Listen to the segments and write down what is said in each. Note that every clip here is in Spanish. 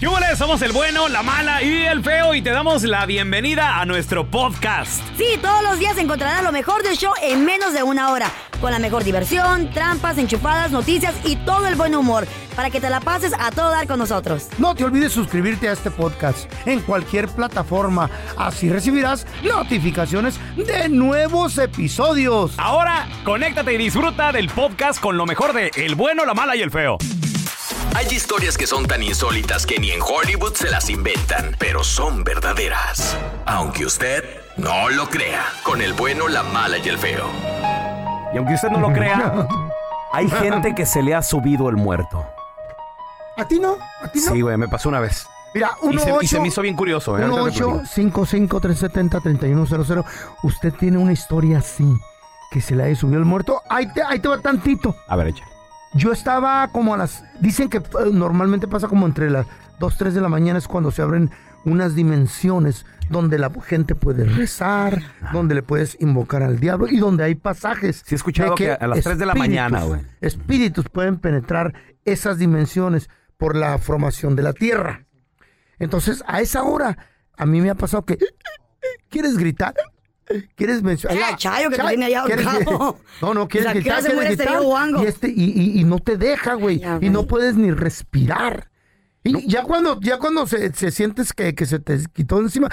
¿Qué huele? Somos el bueno, la mala y el feo y te damos la bienvenida a nuestro podcast. Sí, todos los días encontrarás lo mejor del show en menos de una hora. Con la mejor diversión, trampas, enchufadas, noticias y todo el buen humor. Para que te la pases a todo dar con nosotros. No te olvides suscribirte a este podcast en cualquier plataforma. Así recibirás notificaciones de nuevos episodios. Ahora, conéctate y disfruta del podcast con lo mejor de El bueno, la mala y el feo. Hay historias que son tan insólitas que ni en Hollywood se las inventan, pero son verdaderas. Aunque usted no lo crea, con el bueno, la mala y el feo. Y aunque usted no lo crea, hay gente que se le ha subido el muerto. ¿A ti no? ¿A ti no? Sí, güey, me pasó una vez. Mira, Y se me hizo bien curioso. 1-855-370-3100. Usted tiene una historia así, que se le haya subido el muerto. Ahí te va tantito. A ver, echa. Yo estaba como a las... Dicen que normalmente pasa como entre las 2, 3 de la mañana es cuando se abren unas dimensiones donde la gente puede rezar, donde le puedes invocar al diablo y donde hay pasajes. Sí he escuchado que a las 3 de la mañana, güey. Espíritus pueden penetrar esas dimensiones por la formación de la tierra. Entonces, a esa hora, a mí me ha pasado que... ¿Quieres gritar? ¿Quieres mencionar? Chayo, que te tiene allá ahorcado. No, quieres gritar, se muere este viejo guango. Y no te deja, güey. Y no puedes ni respirar. Y ya cuando se sientes que se te quitó encima,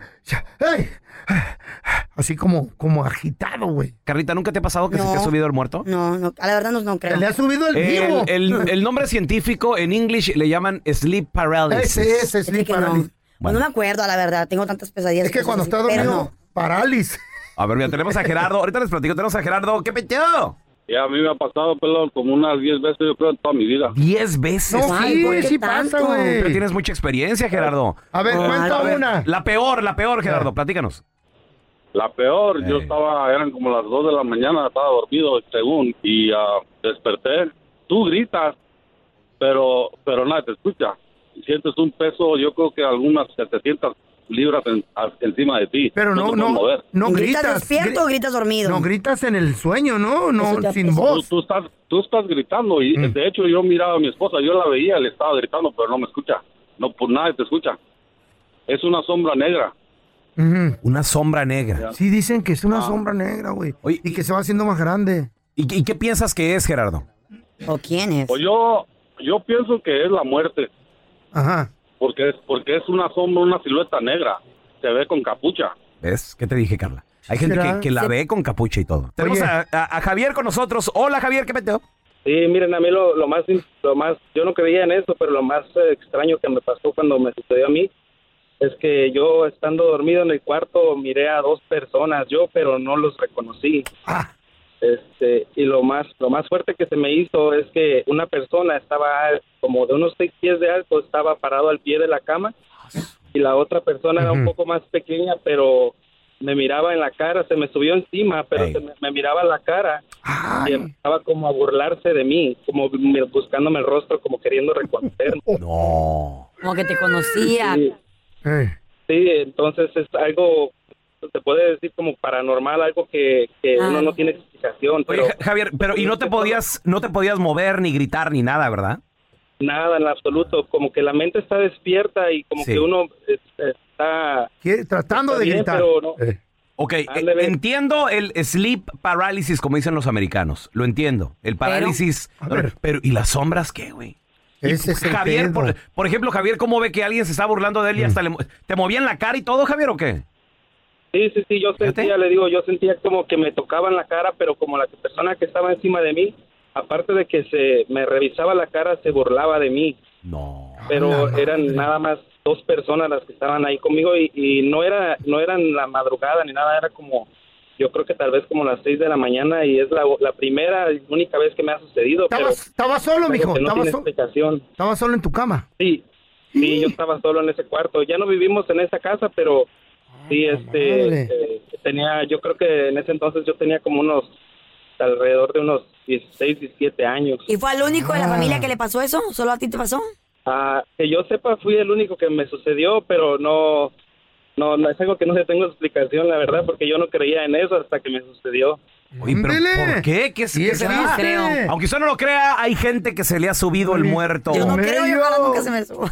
así como agitado, güey. Carlita, ¿nunca te ha pasado que se te ha subido el muerto? No, a la verdad no creo. Se le ha subido el vivo. El nombre científico en English le llaman sleep paralysis. Ese es sleep paralysis. Bueno, no me acuerdo, a la verdad. Tengo tantas pesadillas. Es que cuando estás dormido, parálisis. A ver, mira, tenemos a Gerardo. Ahorita les platico, tenemos a Gerardo. ¿Qué peteado? Ya a mí me ha pasado, pelón, como unas 10 veces, yo creo, en toda mi vida. 10 veces. No, Ay, ¿por qué sí tanto? pasa, güey. Pero tienes mucha experiencia, Gerardo. A ver, cuenta A ver, una. La peor, Gerardo, platícanos. La peor, yo eran como las 2 de la mañana, estaba dormido, según, y desperté. Tú gritas, pero nadie te escucha. Sientes un peso, yo creo que algunas 700 libras encima de ti. Pero no ¿Gritas despierto o gritas dormido? No, gritas en el sueño, ¿no? Sin Tú, voz. tú estás gritando, y de hecho yo miraba a mi esposa, yo la veía, le estaba gritando, pero no me escucha. No, por nadie te escucha. Es una sombra negra. Ujú. Una sombra negra. Sí, dicen que es una sombra negra, güey. Oye, Y que se va haciendo más grande. ¿Y qué piensas que es, Gerardo? ¿O quién es? Pues yo pienso que es la muerte. Ajá. Porque es una sombra, una silueta negra. Se ve con capucha. ¿Ves? ¿Qué te dije, Carla? Hay gente ¿Será? que la ve con capucha y todo. Tenemos Oye. a Javier con nosotros. Hola, Javier, ¿qué peteo? Sí, miren, a mí lo más, yo no creía en eso, pero lo más extraño que me pasó cuando me sucedió a mí es que yo estando dormido en el cuarto miré a 2 personas, pero no los reconocí. Y lo más fuerte que se me hizo es que una persona estaba como de unos 6 pies de alto, estaba parado al pie de la cama, y la otra persona era un poco más pequeña, pero me miraba en la cara, se me subió encima, pero me miraba en la cara. Ay. Y empezaba como a burlarse de mí, como buscándome el rostro, como queriendo reconocerme. No. Como que te conocía. Sí, Ey. sí, entonces es algo, se puede decir como paranormal, algo que uno no tiene explicación. Pero Oye, Javier, pero y no te podías mover ni gritar ni nada, ¿verdad? nada en absoluto, como que la mente está despierta y como que uno está tratando de bien, gritar. pero no. Ok, entiendo el sleep paralysis, como dicen los americanos. Lo entiendo. El parálisis. Pero ¿y las sombras qué, güey? Ese es el Javier, pedo. por ejemplo, Javier, ¿cómo ve que alguien se está burlando de él y hasta te movían la cara y todo, Javier, o qué? Sí, yo sentía, le digo, yo sentía como que me tocaban la cara, pero como la persona que estaba encima de mí, aparte de que me revisaba la cara, se burlaba de mí. No. Pero eran nada más 2 personas las que estaban ahí conmigo y no eran la madrugada ni nada, era como, yo creo que tal vez como las 6 de la mañana y es la primera y única vez que me ha sucedido. ¿Estabas solo, mijo? No tiene explicación. ¿Estabas solo en tu cama? Sí, yo estaba solo en ese cuarto. Ya no vivimos en esa casa, pero sí, tenía, yo creo que en ese entonces yo tenía como alrededor de unos 16, 17 años. ¿Y fue al único de la familia que le pasó eso? ¿Solo a ti te pasó? Que yo sepa, fui el único que me sucedió, pero no es algo que no le tengo explicación, la verdad, porque yo no creía en eso hasta que me sucedió. Oye, pero ¿por qué? ¿Qué se creo? Aunque usted no lo crea, hay gente que se le ha subido el muerto. Yo no creo, yo ojalá nunca se me suba.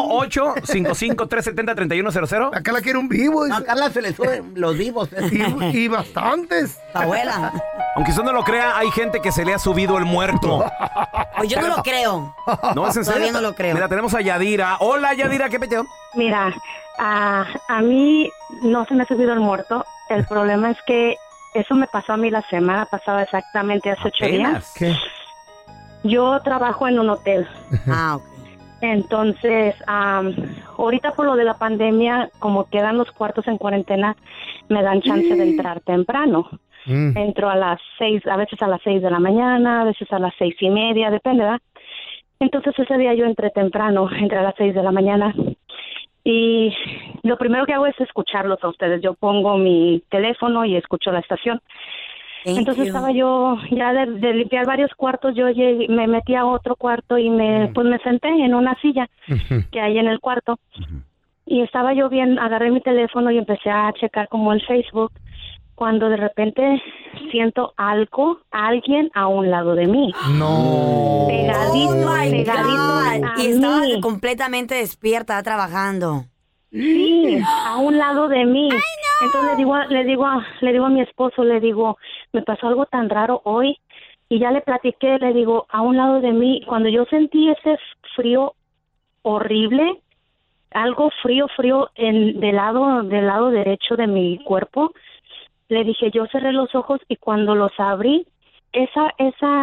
1-855-370-3100. Acá la quiere un vivo. A Carla se le suben los vivos. Y bastantes. Abuela. Aunque usted no lo crea, hay gente que se le ha subido el muerto. Pues yo no lo creo. No, es en serio. Todavía no lo creo. Mira, tenemos a Yadira. Hola, Yadira, ¿qué peteo? Mira, a mí no se me ha subido el muerto. El problema es que eso me pasó a mí la semana pasada, exactamente hace 8 días. ¿Qué? Yo trabajo en un hotel. Ah, ok. Entonces, ahorita por lo de la pandemia, como quedan los cuartos en cuarentena, me dan chance de entrar temprano. Entro a las 6, a veces a las 6 de la mañana, a veces a las 6:30, depende, ¿verdad? Entonces ese día yo entré temprano, entré a las 6 de la mañana. Y lo primero que hago es escucharlos a ustedes. Yo pongo mi teléfono y escucho la estación. Entonces estaba yo ya de limpiar varios cuartos, yo llegué, me metí a otro cuarto y me senté en una silla que hay en el cuarto. Y estaba yo bien, agarré mi teléfono y empecé a checar como el Facebook, cuando de repente siento alguien a un lado de mí. No. Pegadito a Y estaba mí. completamente despierta, trabajando. Sí, a un lado de mí. Entonces le digo a mi esposo, le digo, me pasó algo tan raro hoy. Y ya le platiqué, le digo, a un lado de mí, cuando yo sentí ese frío horrible, algo frío del lado derecho de mi cuerpo, le dije, yo cerré los ojos y cuando los abrí, esa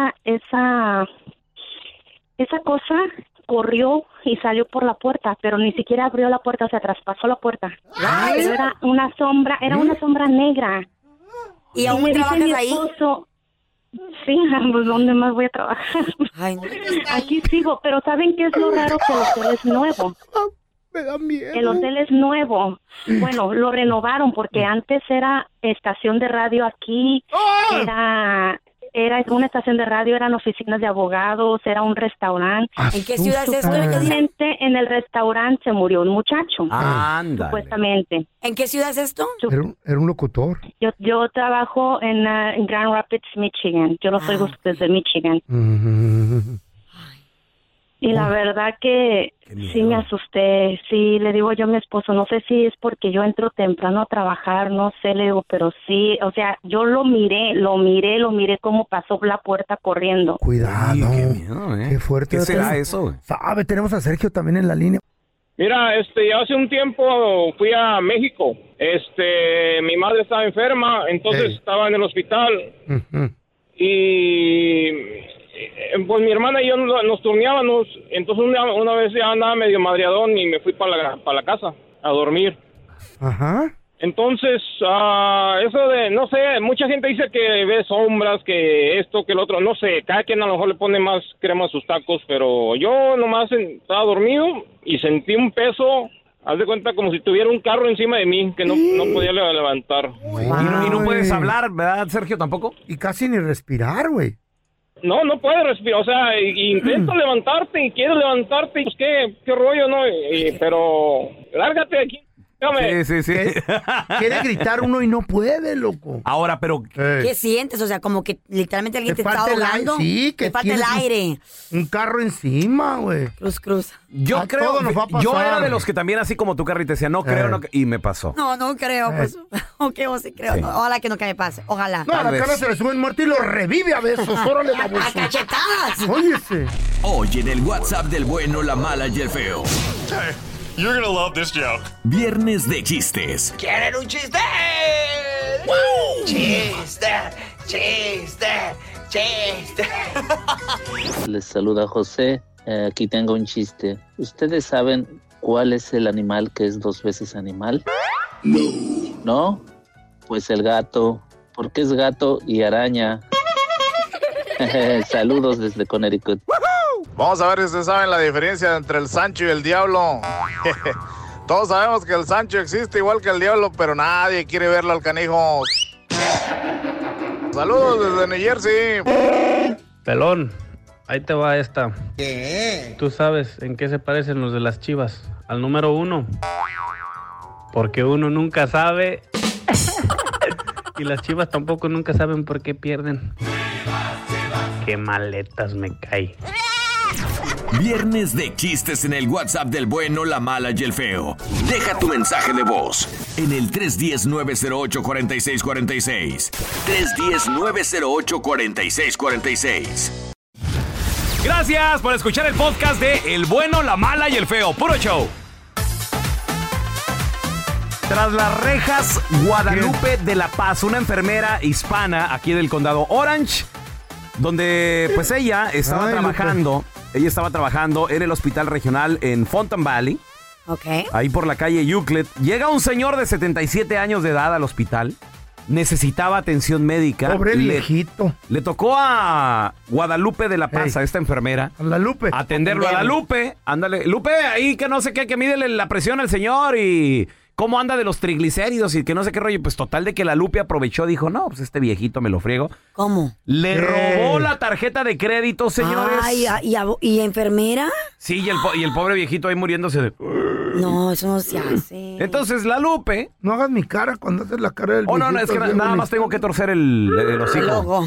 cosa corrió y salió por la puerta, pero ni siquiera abrió la puerta, o sea, traspasó la puerta. Pero era una sombra negra. ¿Y aún me dice trabajas mi ahí? esposo, sí, pues ¿dónde más voy a trabajar? Ay, no. Aquí sigo, pero ¿saben qué es lo raro? Que el hotel es nuevo. Me da miedo. El hotel es nuevo. Bueno, lo renovaron porque antes era estación de radio aquí, era una estación de radio, eran oficinas de abogados, era un restaurante. ¿En qué ciudad es esto? Supuestamente en el restaurante se murió un muchacho. Ándale. Supuestamente. ¿En qué ciudad es esto? Era un locutor. Yo trabajo en Grand Rapids, Michigan. Yo no soy desde Michigan. Y la verdad que sí me asusté, sí, le digo yo a mi esposo, no sé si es porque yo entro temprano a trabajar, no sé, le digo, pero sí, o sea, yo lo miré cómo pasó la puerta corriendo. Cuidado. Ay, qué miedo, Qué fuerte. ¿Qué será eso, güey? Sabe, tenemos a Sergio también en la línea. Mira, hace un tiempo fui a México. Mi madre estaba enferma, entonces estaba en el hospital. Y pues mi hermana y yo nos turneábamos, entonces una vez ya andaba medio madreadón y me fui para la casa a dormir. Ajá. Entonces, eso de, no sé, mucha gente dice que ve sombras, que esto, que el otro, no sé, cada quien a lo mejor le pone más crema a sus tacos, pero yo nomás estaba dormido y sentí un peso, haz de cuenta como si tuviera un carro encima de mí, que no podía levantar. Y no puedes hablar, ¿verdad, Sergio, tampoco? Y casi ni respirar, güey. No puedes respirar, o sea, intento levantarte y quieres levantarte, pues qué rollo, ¿no? Pero lárgate de aquí. Sí. Quiere gritar uno y no puede, loco. Ahora, pero... ¿Qué sientes? O sea, como que literalmente alguien te está ahogando. Sí, que te falta el aire. Un carro encima, güey. Cruz. Yo creo, todo nos va a pasar. yo era de los que también así como tú, Carly, te decía, no creo, y me pasó. No creo, pues. Ok, vos sí creo. Sí. No, ojalá que nunca me pase. Ojalá. No, a la cara se le sube el muerto y lo revive a besos. Órale, ¡A baboso. cachetadas! Óyese. Hoy en el WhatsApp del bueno, la mala y el feo. Hey, you're gonna love this joke. Viernes de chistes. ¿Quieren un chiste? ¡Wow! ¡Chiste! Les saluda José. Aquí tengo un chiste. ¿Ustedes saben cuál es el animal que es 2 veces animal? ¿No? Pues el gato. Porque es gato y araña. Saludos desde Connecticut. Vamos a ver si ustedes saben la diferencia entre el Sancho y el diablo. Todos sabemos que el Sancho existe igual que el diablo, pero nadie quiere verlo al canijo. Saludos desde New Jersey. Pelón, ahí te va esta. ¿Qué? ¿Tú sabes en qué se parecen los de las Chivas? Al número 1. Porque uno nunca sabe. Y las chivas tampoco nunca saben por qué pierden. Qué maletas me cae. Viernes de chistes en el WhatsApp del bueno, la mala y el feo. Deja tu mensaje de voz en el 310-908-4646. 310-908-4646. Gracias por escuchar el podcast de El Bueno, la Mala y el Feo. Puro show. Tras las rejas, Guadalupe de la Paz, una enfermera hispana aquí del condado Orange, donde pues ella estaba trabajando. Ella estaba trabajando en el hospital regional en Fountain Valley. Okay. Ahí por la calle Euclid. Llega un señor de 77 años de edad al hospital. Necesitaba atención médica. Pobre viejito. Le tocó a Guadalupe de la Paz, a esta enfermera. A la Lupe. Atenderlo a la Lupe. Ándale, Lupe, ahí que no sé qué, que mídele la presión al señor y cómo anda de los triglicéridos y que no sé qué rollo. Pues total de que la Lupe aprovechó, dijo, no, pues este viejito me lo friego. ¿Cómo? Le robó la tarjeta de crédito, señores. Ay, ¿y enfermera? Sí, y el pobre viejito ahí muriéndose de... No, eso no se hace. Entonces la Lupe... No hagas mi cara cuando haces la cara del viejito. No, es que nada más tengo que torcer el hocico.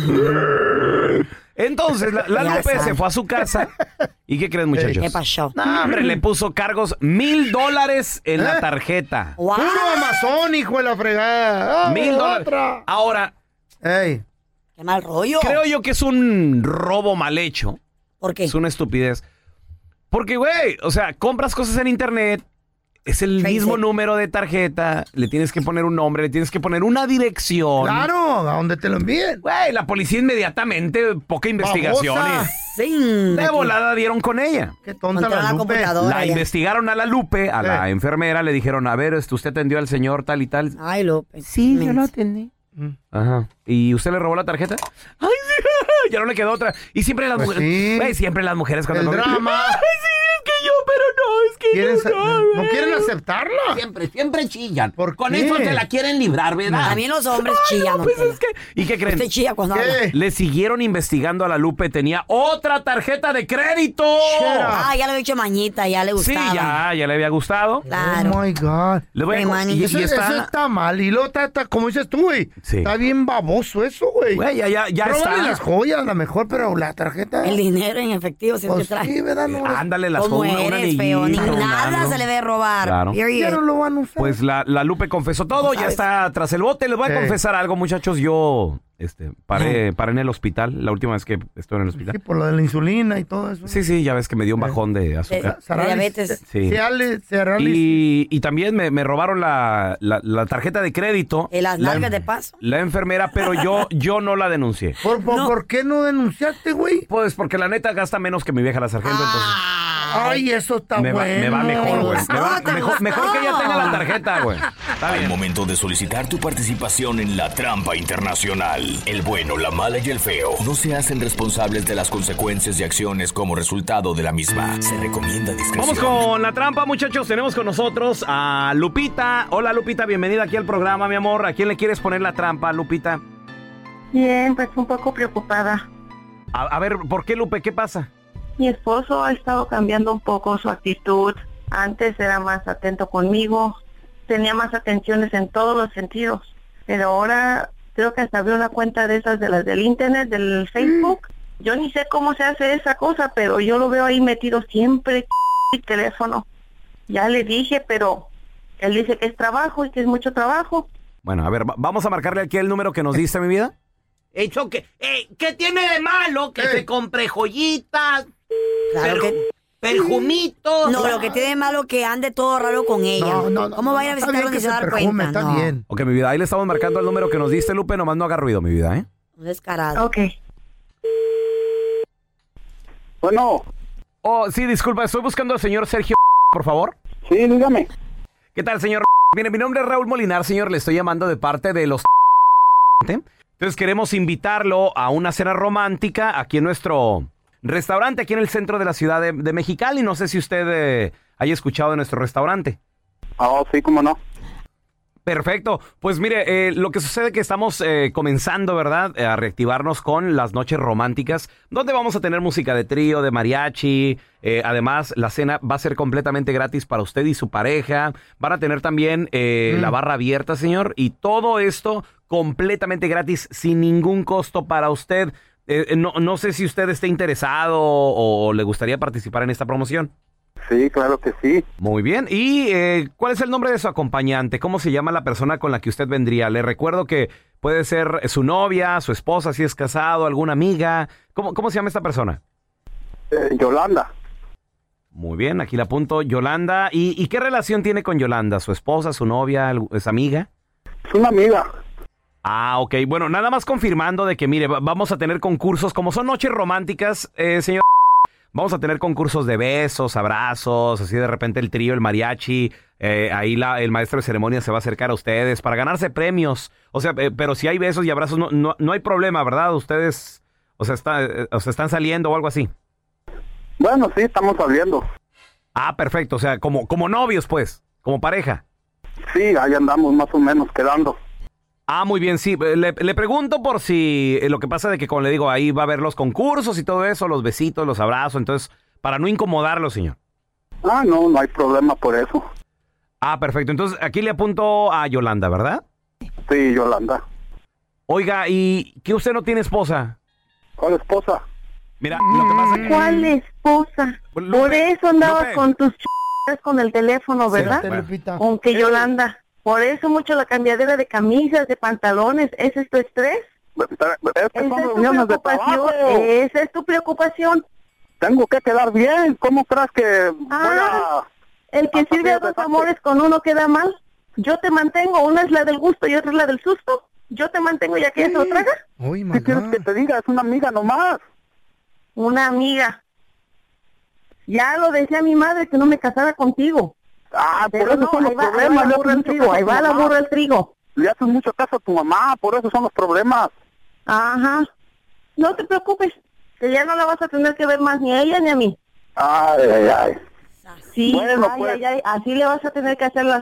Entonces la Lupe se fue a su casa. ¿Y qué creen, muchachos? ¿Qué pasó? No, hombre, le puso cargos $1,000 en la tarjeta. Wow. ¡Puro Amazon, hijo de la fregada! $1,000. Ahora... ¡Ey! ¡Qué mal rollo! Creo yo que es un robo mal hecho. ¿Por qué? Es una estupidez. Porque, güey, o sea, compras cosas en internet, es el mismo número de tarjeta, le tienes que poner un nombre, le tienes que poner una dirección. ¡Claro! ¿A dónde te lo envíen? Güey, la policía inmediatamente, poca investigación. De volada dieron con ella. Qué tonta la Lupe. La investigaron a la Lupe, a la enfermera, le dijeron, a ver, usted atendió al señor tal y tal. Ay, Lupe. Sí, yo lo atendí. Ajá. ¿Y usted le robó la tarjeta? ¡Ay, sí! Ya no le quedó otra. Y siempre las mujeres... Sí. Güey, siempre las mujeres cuando... El drama. ¡Ay, sí! Es que yo, pero no, es que ¿No quieren aceptarla? Siempre chillan. ¿Por Con qué? eso se la quieren librar, ¿verdad? A mí los hombres chillan. Pues es que... ¿Y qué creen? Usted chilla cuando habla. Le siguieron investigando a la Lupe. Tenía otra tarjeta de crédito. Ah, ya le había hecho mañita, ya le gustaba. Sí, ya le había gustado. Claro. Oh, my God. Le voy a... Eso está mal. Y luego está, como dices tú, güey. Sí. Está bien baboso eso, güey. Güey, ya está. Las joyas, a lo mejor, pero la tarjeta... El dinero en efectivo, si es que trae. Sí, ¿verdad? No, ándale, las ¿Cómo joyas. eres, feo? Ni nada se le debe robar. Claro. Ya no lo van a usar. Pues la Lupe confesó todo, ya está tras el bote. Les voy a confesar algo, muchachos. Yo paré en el hospital, la última vez que estuve en el hospital. Sí, por lo de la insulina y todo eso. Sí, ya ves que me dio un bajón de azúcar. Diabetes. Sí. Y también me robaron la tarjeta de crédito. ¿Y las nalgas de paso? La enfermera, pero yo no la denuncié. ¿Por qué no denunciaste, güey? Pues porque la neta gasta menos que mi vieja la sargento, entonces... Ay, eso está bueno. Me va mejor, güey. Mejor que ella tenga la tarjeta, güey. Al momento de solicitar tu participación en la trampa internacional, el bueno, la mala y el feo no se hacen responsables de las consecuencias y acciones como resultado de la misma. Se recomienda discreción. Vamos con la trampa, muchachos. Tenemos con nosotros a Lupita. Hola, Lupita, bienvenida aquí al programa, mi amor. ¿A quién le quieres poner la trampa, Lupita? Bien, pues un poco preocupada. A ver, ¿por qué, Lupe? ¿Qué pasa? Mi esposo ha estado cambiando un poco su actitud. Antes era más atento conmigo, tenía más atenciones en todos los sentidos. Pero ahora creo que hasta abrió una cuenta de esas de las del internet, del Facebook. Yo ni sé cómo se hace esa cosa, pero yo lo veo ahí metido siempre el teléfono. Ya le dije, pero él dice que es trabajo y que es mucho trabajo. Bueno, a ver, vamos a marcarle aquí el número que nos diste, mi vida. ¿Qué tiene de malo que se compre joyitas? Claro perfumitos. No, lo que tiene de malo que ande todo raro con ella. ¿Cómo va a ir a visitarlo ni se va a dar cuenta? Está bien. Ok, mi vida, ahí le estamos marcando el número que nos diste, Lupe, nomás no haga ruido, mi vida, ¿eh? Un descarado. Ok. Bueno. Oh, sí, disculpa, estoy buscando al señor Sergio, por favor. Sí, dígame. ¿Qué tal, señor? Mire, mi nombre es Raúl Molinar, señor, le estoy llamando de parte de los... Entonces queremos invitarlo a una cena romántica aquí en nuestro restaurante, aquí en el centro de la ciudad de Mexicali. No sé si usted haya escuchado de nuestro restaurante. Oh, sí, cómo no. Perfecto. Pues mire, lo que sucede es que estamos comenzando, ¿verdad? A reactivarnos con las noches románticas, donde vamos a tener música de trío, de mariachi. Además, la cena va a ser completamente gratis para usted y su pareja. Van a tener también la barra abierta, señor. Y todo esto completamente gratis, sin ningún costo para usted. No sé si usted esté interesado o le gustaría participar en esta promoción. Sí, claro que sí. Muy bien. ¿Y cuál es el nombre de su acompañante? ¿Cómo se llama la persona con la que usted vendría? Le recuerdo que puede ser su novia, su esposa, si es casado, alguna amiga. ¿Cómo se llama esta persona? Yolanda. Muy bien, aquí la apunto. Yolanda. ¿Y qué relación tiene con Yolanda? ¿Su esposa, su novia, es amiga? Es una amiga. Ah, ok. Bueno, nada más confirmando de que, mire, vamos a tener concursos. Como son noches románticas, señor, vamos a tener concursos de besos, abrazos, así de repente el trío, el mariachi. Ahí el maestro de ceremonia se va a acercar a ustedes para ganarse premios. O sea, pero si hay besos y abrazos, no hay problema, ¿verdad? Ustedes, están saliendo o algo así. Bueno, sí, estamos saliendo. Ah, perfecto. O sea, como novios, pues, como pareja. Sí, ahí andamos más o menos quedando. Ah, muy bien, sí. Le pregunto por si lo que pasa de que, como le digo, ahí va a haber los concursos y todo eso, los besitos, los abrazos, entonces, para no incomodarlo, señor. Ah, no hay problema por eso. Ah, perfecto. Entonces, aquí le apunto a Yolanda, ¿verdad? Sí, Yolanda. Oiga, ¿y que usted no tiene esposa? ¿Cuál esposa? Mira, lo que pasa es que... ¿Cuál esposa? Lupe, por eso andabas Lupe. con tus con el teléfono, ¿verdad? Con que Yolanda. Por eso mucho la cambiadera de camisas, de pantalones. ¿Ese es tu estrés? Es que son reuniones de trabajo. ¿Esa es tu preocupación? Tengo que quedar bien. ¿Cómo crees que voy a...? El que sirve a dos amores con uno queda mal. Yo te mantengo. Una es la del gusto y otra es la del susto. Yo te mantengo y aquí se lo traga. ¿Qué quieres que te diga? Es una amiga nomás. Una amiga. Ya lo decía mi madre que no me casara contigo. Ah, pero por eso son los problemas. Ahí va la burra al trigo. Ahí va la burra al trigo. Le haces mucho caso a tu mamá, por eso son los problemas. Ajá. No te preocupes, que ya no la vas a tener que ver más ni a ella ni a mí. Ay. Sí, bueno, pues. ay, así le vas a tener que hacer las...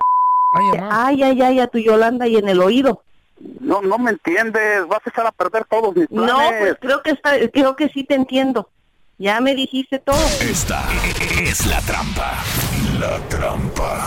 Ay, a tu Yolanda y en el oído. No me entiendes, vas a echar a perder todos mis planes. No, pues creo que sí te entiendo. Ya me dijiste todo. Esta es la trampa. La trampa.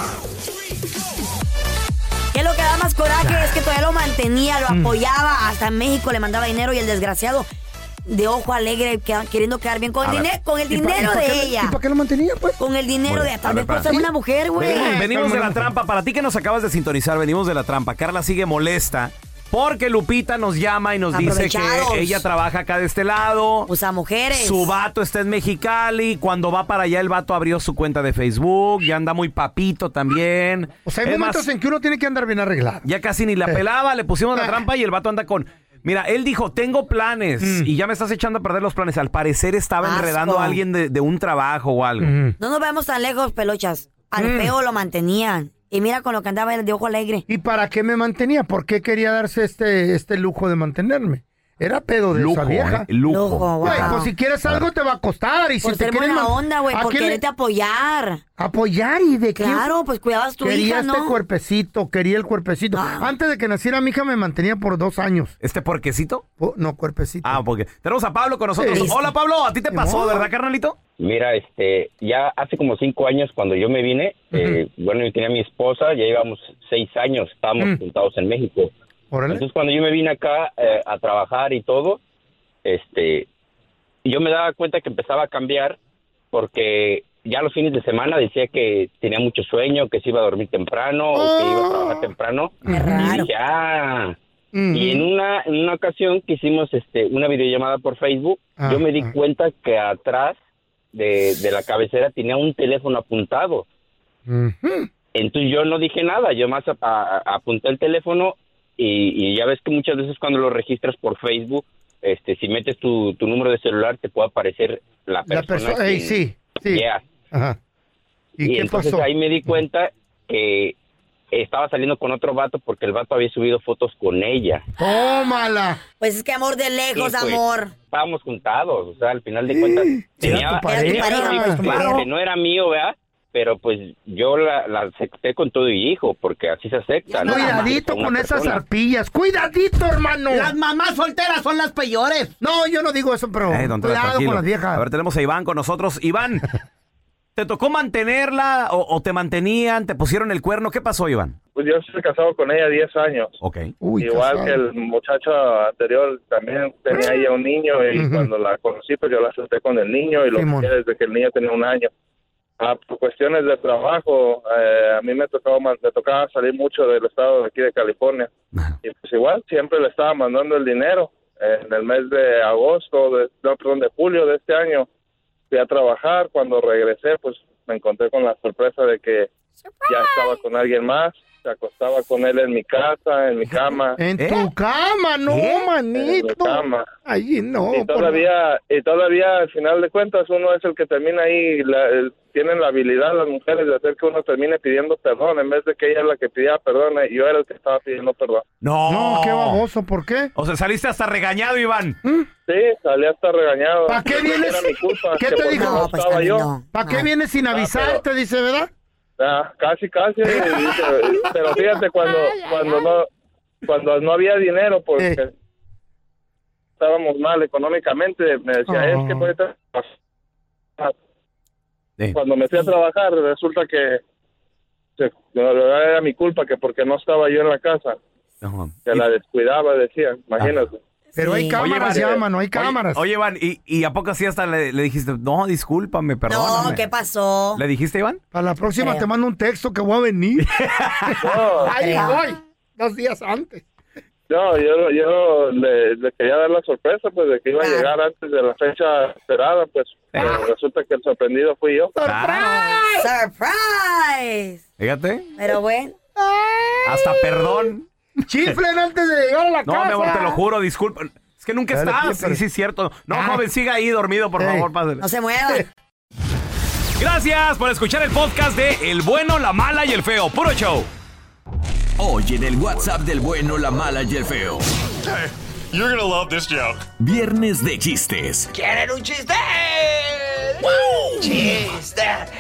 Que lo que da más coraje es que todavía lo mantenía, lo apoyaba, hasta en México le mandaba dinero y el desgraciado de ojo alegre, queriendo quedar bien con el dinero de ella. ¿Y para qué lo mantenía, pues? Con el dinero de... Tal vez por ser una mujer, güey. Venimos de la trampa. Para ti que nos acabas de sintonizar, venimos de la trampa. Carla sigue molesta porque Lupita nos llama y nos dice que ella trabaja acá de este lado. Usa mujeres. Su vato está en Mexicali. Cuando va para allá, el vato abrió su cuenta de Facebook. Ya anda muy papito también. O sea, hay momentos en que uno tiene que andar bien arreglado. Ya casi ni la pelaba. Le pusimos la trampa y el vato anda con... Mira, él dijo, tengo planes y ya me estás echando a perder los planes. Al parecer estaba enredando a alguien de un trabajo o algo. No nos vemos tan lejos, pelochas. Al feo lo mantenían. Y mira con lo que andaba de ojo alegre. ¿Y para qué me mantenía? ¿Por qué quería darse este lujo de mantenerme? Era pedo de esa vieja. Lujo, Güey, pues si quieres algo te va a costar. Y por si te ser quieres buena onda, güey, por quererte apoyar. ¿Apoyar? ¿Y de qué? Claro, pues cuidabas tu quería hija, ¿no? Quería el cuerpecito. Antes de que naciera mi hija me mantenía por 2 años. ¿Este puerquecito? No, cuerpecito. Ah, porque tenemos a Pablo con nosotros. Sí. Hola, Pablo, a ti te pasó, ¿verdad, carnalito? Mira, ya hace como 5 años cuando yo me vine, bueno, yo tenía a mi esposa, ya llevamos 6 años, estábamos juntados en México. Entonces cuando yo me vine acá a trabajar y todo, yo me daba cuenta que empezaba a cambiar porque ya los fines de semana decía que tenía mucho sueño, que se iba a dormir temprano o que iba a trabajar temprano. Y dije, y en una ocasión que hicimos una videollamada por Facebook, yo me di cuenta que atrás de la cabecera tenía un teléfono apuntado. Entonces yo no dije nada, yo más apunté el teléfono y ya ves que muchas veces cuando lo registras por Facebook, si metes tu número de celular te puede aparecer la persona. Sí. Yeah. Ajá. Y entonces pasó? ahí me di cuenta que estaba saliendo con otro vato porque el vato había subido fotos con ella. ¡Tómala! Pues es que amor de lejos, Sí, pues, amor. Estábamos juntados, o sea, al final de cuentas tenía pareja, que no era mío, ¿verdad? pero pues yo la acepté con todo y hijo, porque así se acepta, ¿no? Cuidadito con esas arpillas, cuidadito, hermano. Las mamás solteras son las peores. No, yo no digo eso, pero Don Tela, cuidado tranquilo. con las viejas. A ver, tenemos a Iván con nosotros. Iván, ¿te tocó mantenerla o te mantenían, te pusieron el cuerno? ¿Qué pasó, Iván? Pues yo estoy casado con ella 10 años. Ok. Igual que el muchacho anterior, también tenía ella un niño y cuando la conocí, pues yo la asusté con el niño y lo dejé desde que el niño tenía 1 año. Por cuestiones de trabajo, a mí me tocaba salir mucho del estado de aquí de California. Y pues igual, siempre le estaba mandando el dinero. En el mes de de julio de este año, fui a trabajar. Cuando regresé, pues me encontré con la sorpresa de que ya estaba con alguien más. Se acostaba con él en mi casa, en mi cama. En tu cama, no, manito. En mi cama. Ay, no. Y todavía, al final de cuentas, uno es el que termina ahí. Tienen la habilidad las mujeres de hacer que uno termine pidiendo perdón, en vez de que ella es la que pedía perdón, y yo era el que estaba pidiendo perdón. No, qué baboso, ¿por qué? O sea, saliste hasta regañado, Iván. Sí, salí hasta regañado. ¿Para qué vienes? Era mi culpa. ¿Qué te dijo? No estaba yo. ¿Para qué vienes sin avisar? Te dice, ¿verdad? Casi. Pero fíjate, cuando no había dinero, porque estábamos mal económicamente, me decía, es que puede estar... Cuando me fui a trabajar, resulta que era mi culpa, que porque no estaba yo en la casa, que la descuidaba, decía, imagínate. Pero hay cámaras, no hay cámaras. Oye, Iván, ¿y a poco así hasta le dijiste, no, discúlpame, perdóname? No, ¿qué pasó? ¿Le dijiste, Iván? Para la próxima te mando un texto que voy a venir. Ahí voy, 2 días antes. No, yo le quería dar la sorpresa, pues, de que iba a llegar antes de la fecha esperada, pues, pero resulta que el sorprendido fui yo. ¡Surprise! Fíjate. Pero bueno. Hasta perdón. Chiflen antes de llegar a la casa. No, mi amor, te lo juro, disculpa. Es que nunca estás. Sí, es cierto. No, joven, siga ahí dormido, por favor, pásale. No se mueva. Gracias por escuchar el podcast de El Bueno, la Mala y el Feo. Puro show. Hoy en el WhatsApp del Bueno, la Mala y el Feo. Hey, you're gonna love this joke. Viernes de chistes. ¿Quieren un chiste? ¡Wow! ¡Chiste!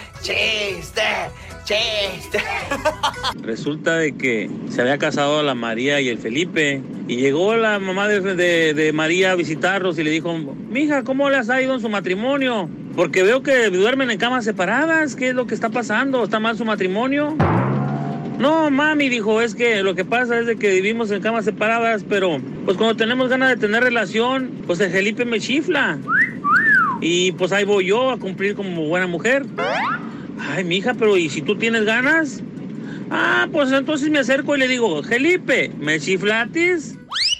Resulta de que se había casado la María y el Felipe y llegó la mamá de María a visitarlos y le dijo, mija, ¿cómo les ha ido en su matrimonio? Porque veo que duermen en camas separadas. ¿Qué es lo que está pasando? ¿Está mal su matrimonio? No, mami, dijo, es que lo que pasa es de que vivimos en camas separadas, pero pues cuando tenemos ganas de tener relación, pues el Felipe me chifla. Y pues ahí voy yo a cumplir como buena mujer. Ay, mija, pero ¿y si tú tienes ganas? Ah, pues entonces me acerco y le digo, Felipe, ¿me chiflatis?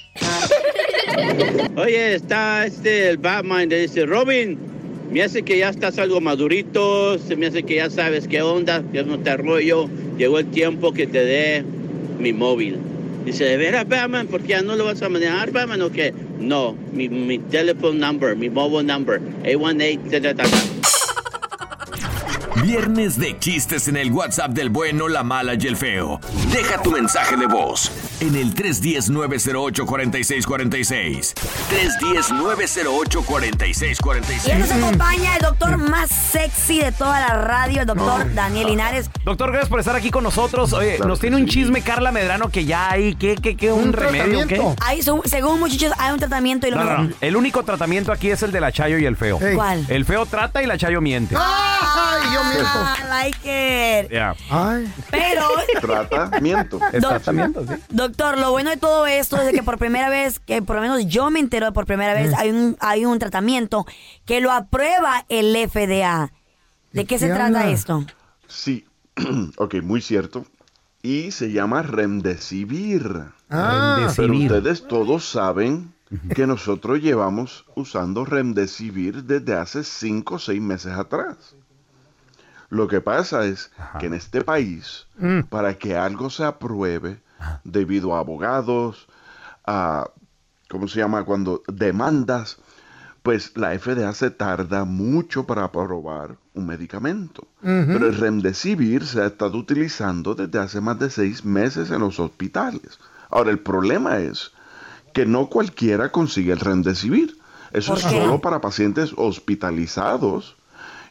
Oye, está el Batman, dice, Robin, me hace que ya estás algo madurito, se me hace que ya sabes qué onda, que no te arroyo, llegó el tiempo que te dé mi móvil. Dice, ¿de veras, Batman? ¿Por qué ya no lo vas a manejar, Batman, o qué? No, mi telephone number, mi mobile number, 818... Viernes de chistes en el WhatsApp del Bueno, la Mala y el Feo. Deja tu mensaje de voz en el 310-908-4646. 310-908-4646. Y él nos acompaña el doctor más sexy de toda la radio, el doctor Daniel Linares. Doctor, gracias por estar aquí con nosotros. Oye, nos tiene un chisme Carla Medrano que ya hay, ¿qué? ¿Un remedio? ¿Qué? Hay, según muchachos, hay un tratamiento y lo no. El único tratamiento aquí es el de la Chayo y el Feo. ¿Cuál? El Feo trata y la Chayo miente. ¡Ay, yo miento! I like it. Yeah. Ay. Pero... Tratamiento. Tratamiento, sí. Doctor, lo bueno de todo esto es de que por primera vez, que por lo menos yo me entero por primera vez, hay un tratamiento que lo aprueba el FDA. ¿De qué se trata esto? Sí, ok, muy cierto. Y se llama Remdesivir. Pero ustedes todos saben que nosotros llevamos usando Remdesivir desde hace 5 o 6 meses atrás. Lo que pasa es que en este país, para que algo se apruebe, debido a abogados, a, ¿cómo se llama? Cuando demandas, pues la FDA se tarda mucho para aprobar un medicamento. Pero el Remdesivir se ha estado utilizando desde hace más de 6 meses en los hospitales. Ahora, el problema es que no cualquiera consigue el Remdesivir. Eso es solo para pacientes hospitalizados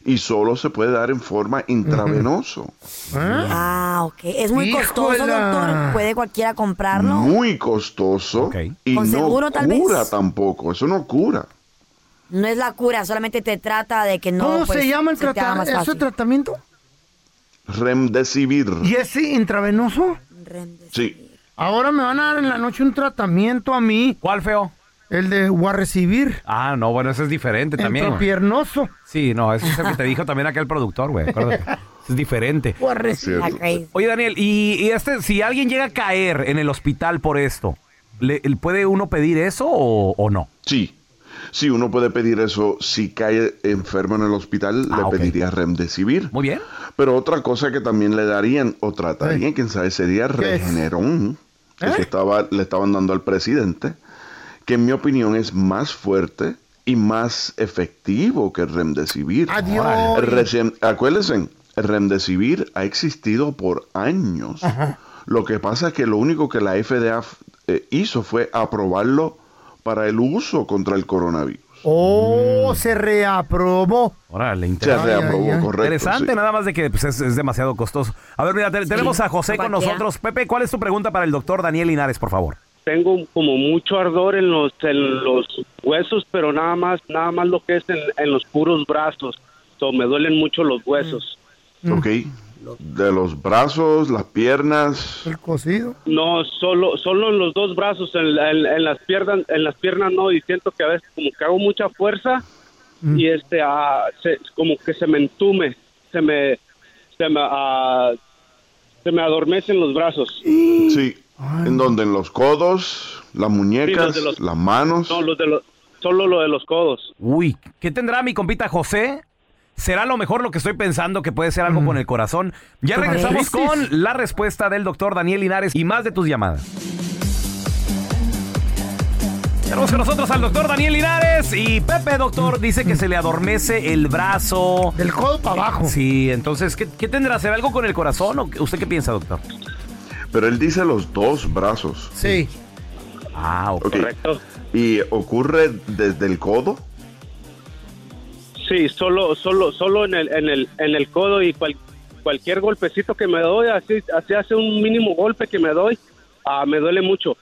y solo se puede dar en forma intravenoso. Ok. ¿Es muy costoso, doctor? ¿Puede cualquiera comprarlo? Muy costoso. Y ¿Con seguro, tal vez? cura tampoco. Eso no cura. No es la cura, solamente te trata de que no. ¿Cómo se llama el tratamiento? Remdesivir. ¿Y es intravenoso? Sí. Ahora me van a dar en la noche un tratamiento a mí. ¿Cuál, feo? El de Guarrecibir. Ah, no, bueno, ese es diferente también. Entropiernoso. Sí, no, ese es el que te dijo también aquel productor, güey, acuérdate. Es diferente. Guarrecibir. Oye, Daniel, y si alguien llega a caer en el hospital por esto, ¿puede uno pedir eso o no? Sí. Sí, uno puede pedir eso. Si cae enfermo en el hospital, le pediría Remdesivir. Muy bien. Pero otra cosa que también le darían o tratarían, quién sabe, sería Regeneron, que le estaban dando al presidente, que en mi opinión es más fuerte y más efectivo que el Remdesivir. Acuérdense, el Remdesivir ha existido por años. Ajá. Lo que pasa es que lo único que la FDA hizo fue aprobarlo para el uso contra el coronavirus. Se reaprobó. Órale, se reaprobó, correcto. Interesante, sí. Nada más de que pues, es demasiado costoso. A ver, mira, tenemos a José con nosotros. Pepe, ¿cuál es tu pregunta para el doctor Daniel Linares, por favor? Tengo como mucho ardor en los huesos, pero nada más lo que es en los puros brazos. Me duelen mucho los huesos. Ok. De los brazos, las piernas. El cosido. No, solo en los dos brazos, en las piernas no, y siento que a veces como que hago mucha fuerza y como que se me entume, se me adormecen los brazos. Sí. ¿En dónde? ¿En los codos, las muñecas, las manos? No, solo lo de los codos. Uy, ¿qué tendrá mi compita José? ¿Será a lo mejor lo que estoy pensando que puede ser algo con el corazón? Ya regresamos con la respuesta del doctor Daniel Linares y más de tus llamadas. Tenemos con nosotros al doctor Daniel Linares y Pepe, doctor, dice que se le adormece el brazo. Del codo para abajo. Sí, entonces, ¿qué tendrá? ¿Será algo con el corazón? ¿O usted qué piensa, doctor? Pero él dice los dos brazos. Sí. Okay. Correcto. ¿Y ocurre desde el codo? Sí, solo en el codo, y cualquier golpecito que me doy, así hace un mínimo golpe que me doy, me duele mucho.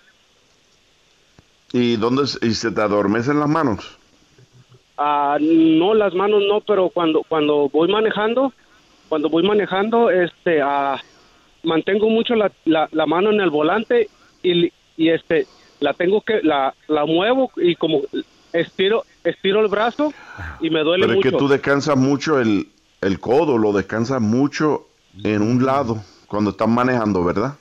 ¿Y se te adormecen las manos? No, las manos no, pero cuando voy manejando, mantengo mucho la mano en el volante y la muevo y como estiro el brazo y me duele mucho. Pero es que tú descansas mucho el codo, lo descansas mucho en un lado cuando estás manejando, ¿verdad?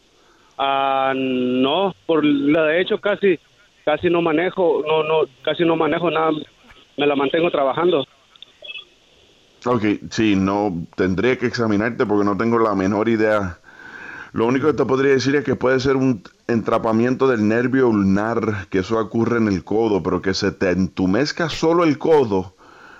No, de hecho casi no manejo, casi no manejo nada, me la mantengo trabajando. Ok, sí, no, tendría que examinarte porque no tengo la menor idea. Lo único que te podría decir es que puede ser un entrapamiento del nervio ulnar, que eso ocurre en el codo, pero que se te entumezca solo el codo,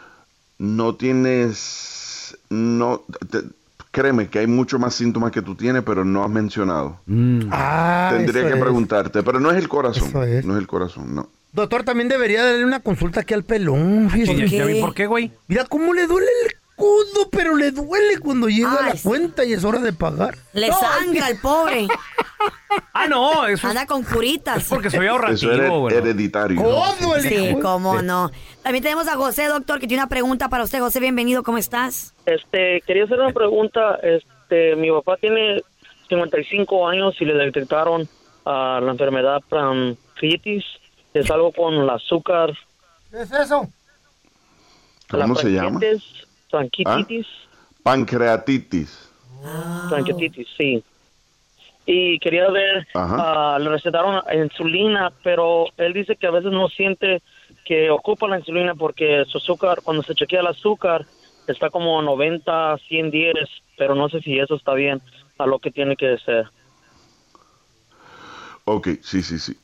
créeme que hay mucho más síntomas que tú tienes, pero no has mencionado. Tendría que preguntarte, pero no es el corazón, no es el corazón, no. Doctor, también debería darle una consulta aquí al pelón. ¿Por qué, güey? Mira cómo le duele el codo, pero le duele cuando llega la cuenta y es hora de pagar. Le sangra el pobre. No, eso anda con curitas. Es porque soy ahorrativo, eso es hereditario. ¿Cómo? Sí, cómo no. También tenemos a José, doctor, que tiene una pregunta para usted. José, bienvenido, ¿cómo estás? Quería hacer una pregunta. Mi papá tiene 55 años y le detectaron la enfermedad pancreatitis. Es algo con el azúcar. ¿Qué es eso? ¿Cómo se llama? Pancreatitis. Pancreatitis. Pancreatitis, sí. Y quería ver, le recetaron insulina, pero él dice que a veces no siente que ocupa la insulina porque su azúcar, cuando se chequea el azúcar, está como 90, 100 10, pero no sé si eso está bien a lo que tiene que ser. Ok, sí.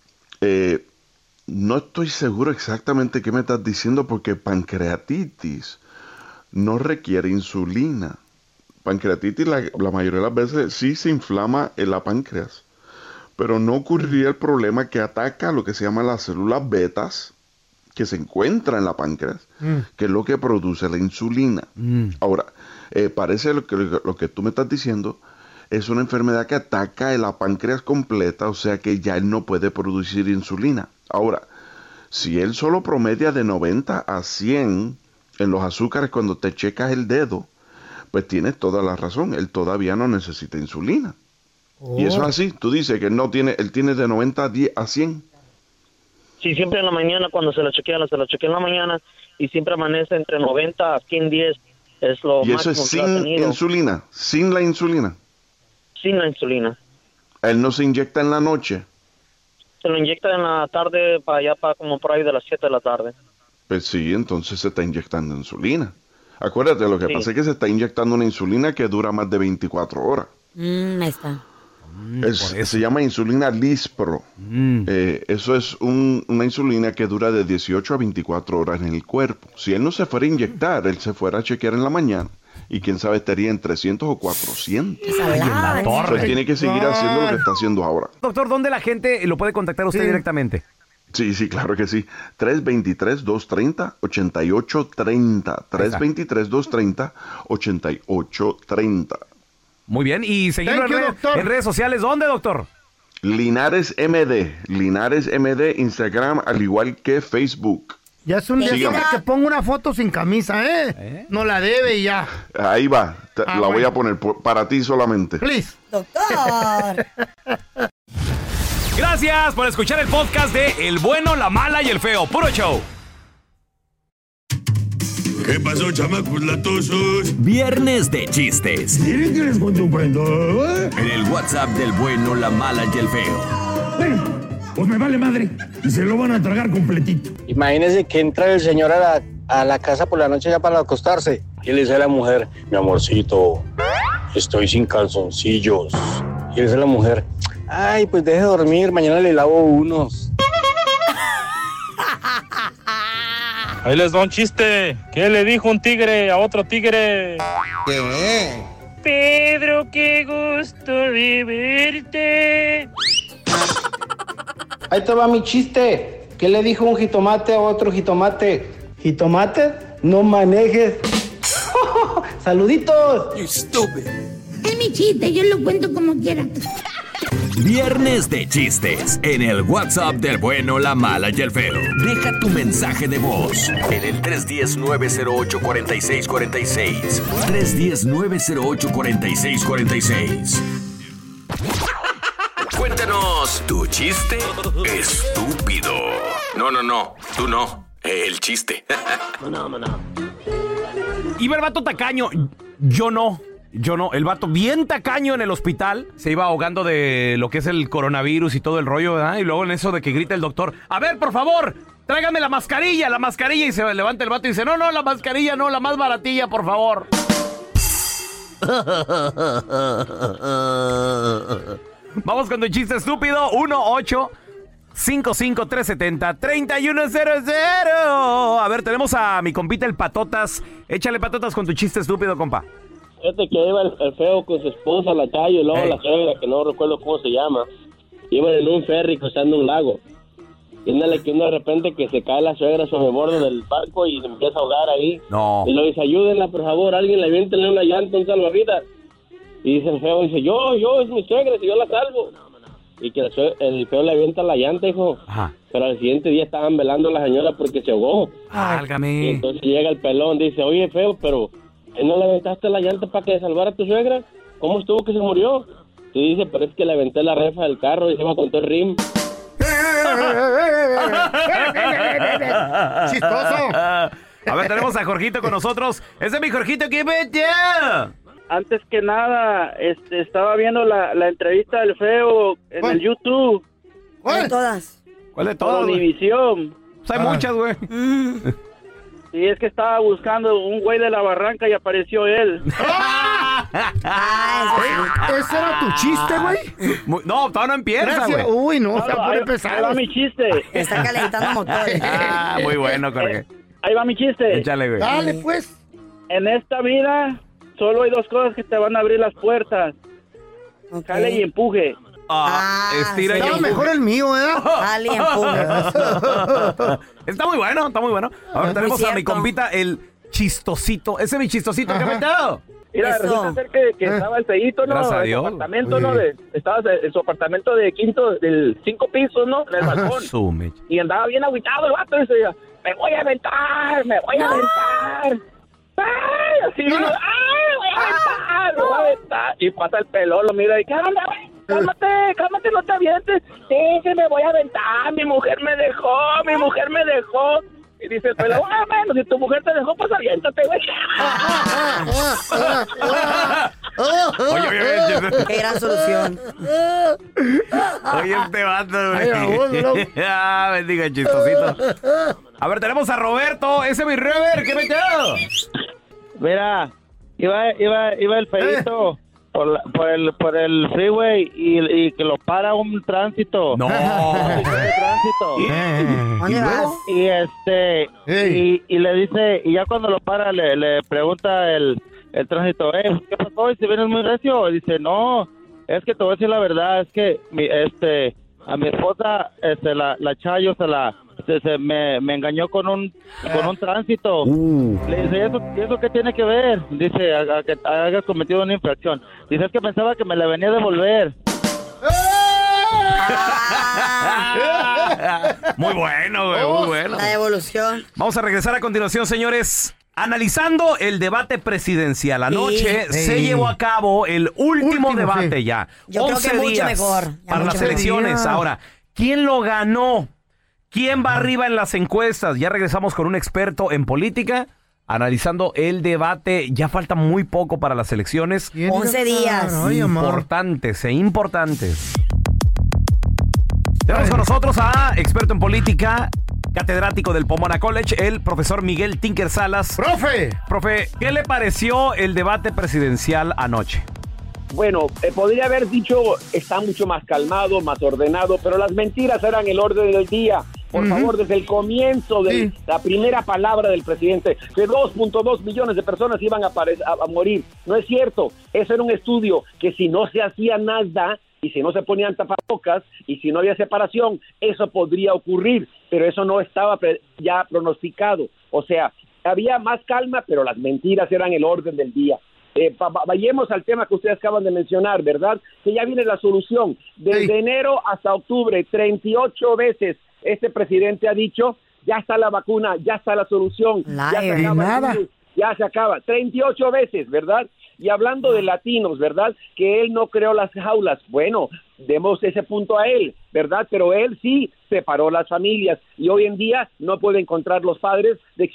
No estoy seguro exactamente qué me estás diciendo porque pancreatitis no requiere insulina. Pancreatitis la mayoría de las veces sí se inflama en la páncreas, pero no ocurriría el problema que ataca lo que se llama las células betas, que se encuentra en la páncreas, que es lo que produce la insulina. Ahora, parece lo que tú me estás diciendo, es una enfermedad que ataca la páncreas completa, o sea que ya él no puede producir insulina. Ahora, si él solo promedia de 90 a 100 en los azúcares cuando te checas el dedo, pues tienes toda la razón, él todavía no necesita insulina. Y eso es así, tú dices que él tiene de 90 a 100. Sí, siempre en la mañana cuando se la chequea en la mañana y siempre amanece entre 90 a 110, es lo máximo. ¿Y eso es sin insulina? ¿Sin la insulina? Sin la insulina. ¿Él no se inyecta en la noche? Se lo inyecta en la tarde, para allá, como por ahí de las 7 de la tarde. Pues sí, entonces se está inyectando insulina. Acuérdate, lo que pasa es que se está inyectando una insulina que dura más de 24 horas. Ahí está. Se llama insulina Lispro. Eso es una insulina que dura de 18 a 24 horas en el cuerpo. Si él no se fuera a inyectar, él se fuera a chequear en la mañana y quién sabe estaría en 300 o 400. Ay, en la torre. Él tiene que seguir haciendo lo que está haciendo ahora. Doctor, ¿dónde la gente lo puede contactar usted directamente? Sí, claro que sí. 323-230-8830. 323-230-8830. Muy bien, y seguirlo en redes sociales, ¿dónde, doctor? Linares MD, Instagram, al igual que Facebook. Ya es un día que ponga una foto sin camisa, ¿eh? No la debe y ya. Ahí va, la voy a poner para ti solamente. Please. Doctor. Gracias por escuchar el podcast de El Bueno, la Mala y el Feo. Puro show. ¿Qué pasó, chamacos latosos? Viernes de chistes. ¿Quieren que les cuente un cuento? En el WhatsApp del Bueno, la Mala y el Feo. Bueno, pues me vale madre. Y se lo van a tragar completito. Imagínese que entra el señor a la casa por la noche ya para acostarse. Y le dice a la mujer, mi amorcito, estoy sin calzoncillos. Y le dice a la mujer, ay, pues deje dormir, mañana le lavo unos. Ahí les da un chiste. ¿Qué le dijo un tigre a otro tigre? ¿Qué? Pedro, qué gusto de verte. Ahí te va mi chiste. ¿Qué le dijo un jitomate a otro jitomate? ¿Jitomate? No manejes. ¡Saluditos! You stupid. Es mi chiste, yo lo cuento como quiera. Viernes de chistes en el WhatsApp del Bueno, la Mala y el Feo. Deja tu mensaje de voz en el 310-908-4646. 310-908-4646. Cuéntanos tu chiste estúpido. No, tú no. El chiste. Iba el vato tacaño. Yo no. El vato bien tacaño en el hospital. Se iba ahogando de lo que es el coronavirus y todo el rollo, ¿verdad? Y luego en eso de que grita el doctor, a ver, por favor, tráigame la mascarilla. Y se levanta el vato y dice, no, la mascarilla no, la más baratilla, por favor. Vamos con tu chiste estúpido. 1-855-370-3100. A ver, tenemos a mi compita el Patotas. Échale, Patotas, con tu chiste estúpido, compa. Fíjate que iba el Feo con su esposa a la calle y luego la suegra, que no recuerdo cómo se llama, iban en un ferry cruzando un lago. Y ándale que uno de repente que se cae la suegra sobre el borde del barco y se empieza a ahogar ahí. No. Y lo dice, ayúdenla, por favor, alguien le aviéntenle una llanta, un salvavidas. Y dice el Feo, dice, yo, es mi suegra, si yo la salvo. Y que el Feo le avienta la llanta, hijo. Ajá. Pero al siguiente día estaban velando a la señora porque se ahogó. Válgame. Y entonces llega el pelón, dice, oye, Feo, pero ¿no le aventaste la llanta para que salvara a tu suegra? ¿Cómo estuvo que se murió? Y dice, pero es que le aventé la refa del carro y se iba con todo el rim. ¡Chistoso! A ver, tenemos a Jorgito con nosotros. Ese es mi Jorgito, ¿qué vete? Antes que nada, estaba viendo la entrevista del Feo en el YouTube. ¿Cuál de todas? ¿Cuál de todas? Univisión. Hay muchas, güey. Y es que estaba buscando un güey de la barranca y apareció él. ¿Ese era tu chiste, güey? No, todavía no empieza, güey. Uy, no, se va a empezar. Ahí va mi chiste. Está calentando motores. Muy bueno, Jorge. Ahí va mi chiste. Échale, güey. Dale, pues. En esta vida solo hay dos cosas que te van a abrir las puertas. Jale y empuje. Estira estaba mejor el mío, ¿eh? Está muy bueno, está muy bueno. Ahora tenemos a mi compita, el chistosito. Ese es mi chistosito, ¿qué me quedó? Mira, resulta ser que estaba el feíto, ¿no? Gracias a En su Dios. apartamento, ¿no? Estaba en su apartamento de del 5 pisos, ¿no? En el balcón. Y andaba bien agüitado el vato y decía, me voy a aventar. ¡Ay! Así, ¿no? ¡Ay, me voy a aventar! Y pasa el pelón, lo mira y, cálmate, no te avientes. Sí, me voy a aventar, mi mujer me dejó. Y dice el pelón, bueno, si tu mujer te dejó, pues aviéntate, güey. Oye, qué gran solución. Oye, este vato, güey. Bendiga, chistosito. A ver, tenemos a Roberto. Ese es mi Rever, ¿qué me quedó? Mira, iba el feíto por el freeway y que lo para un tránsito. No. Y le dice, y ya cuando lo para le pregunta el tránsito, ¿qué pasó? ¿Y si vienes muy recio? Y dice, no, es que te voy a decir la verdad, es que a mi esposa la Chayo me engañó con un tránsito. Le dice, ¿y eso qué tiene que ver? Dice, a que haya cometido una infracción. Dice, es que pensaba que me la venía a devolver. Muy bueno, güey, muy bueno. La devolución. Vamos a regresar a continuación, señores. Analizando el debate presidencial. Anoche se llevó a cabo el último debate ya. Yo creo que mucho mejor. Para las elecciones. Ahora, ¿quién lo ganó? ¿Quién va arriba en las encuestas? Ya regresamos con un experto en política, analizando el debate. Ya falta muy poco para las elecciones. 11 días. Importantes. Tenemos con nosotros a experto en política, catedrático del Pomona College, el profesor Miguel Tinker Salas. Profe, ¿qué le pareció el debate presidencial anoche? Bueno, podría haber dicho, está mucho más calmado, más ordenado, pero las mentiras eran el orden del día. Por favor, desde el comienzo de la primera palabra del presidente, que 2.2 millones de personas iban a morir. No es cierto. Eso era un estudio que si no se hacía nada y si no se ponían tapabocas y si no había separación, eso podría ocurrir. Pero eso no estaba ya pronosticado. O sea, había más calma, pero las mentiras eran el orden del día. Vayamos al tema que ustedes acaban de mencionar, ¿verdad? Que ya viene la solución. Desde enero hasta octubre, 38 veces este presidente ha dicho, ya está la vacuna, ya está la solución, ya se acaba. 38 veces, ¿verdad? Y hablando de latinos, ¿verdad? Que él no creó las jaulas. Bueno, demos ese punto a él, ¿verdad? Pero él sí separó las familias y hoy en día no puede encontrar los padres de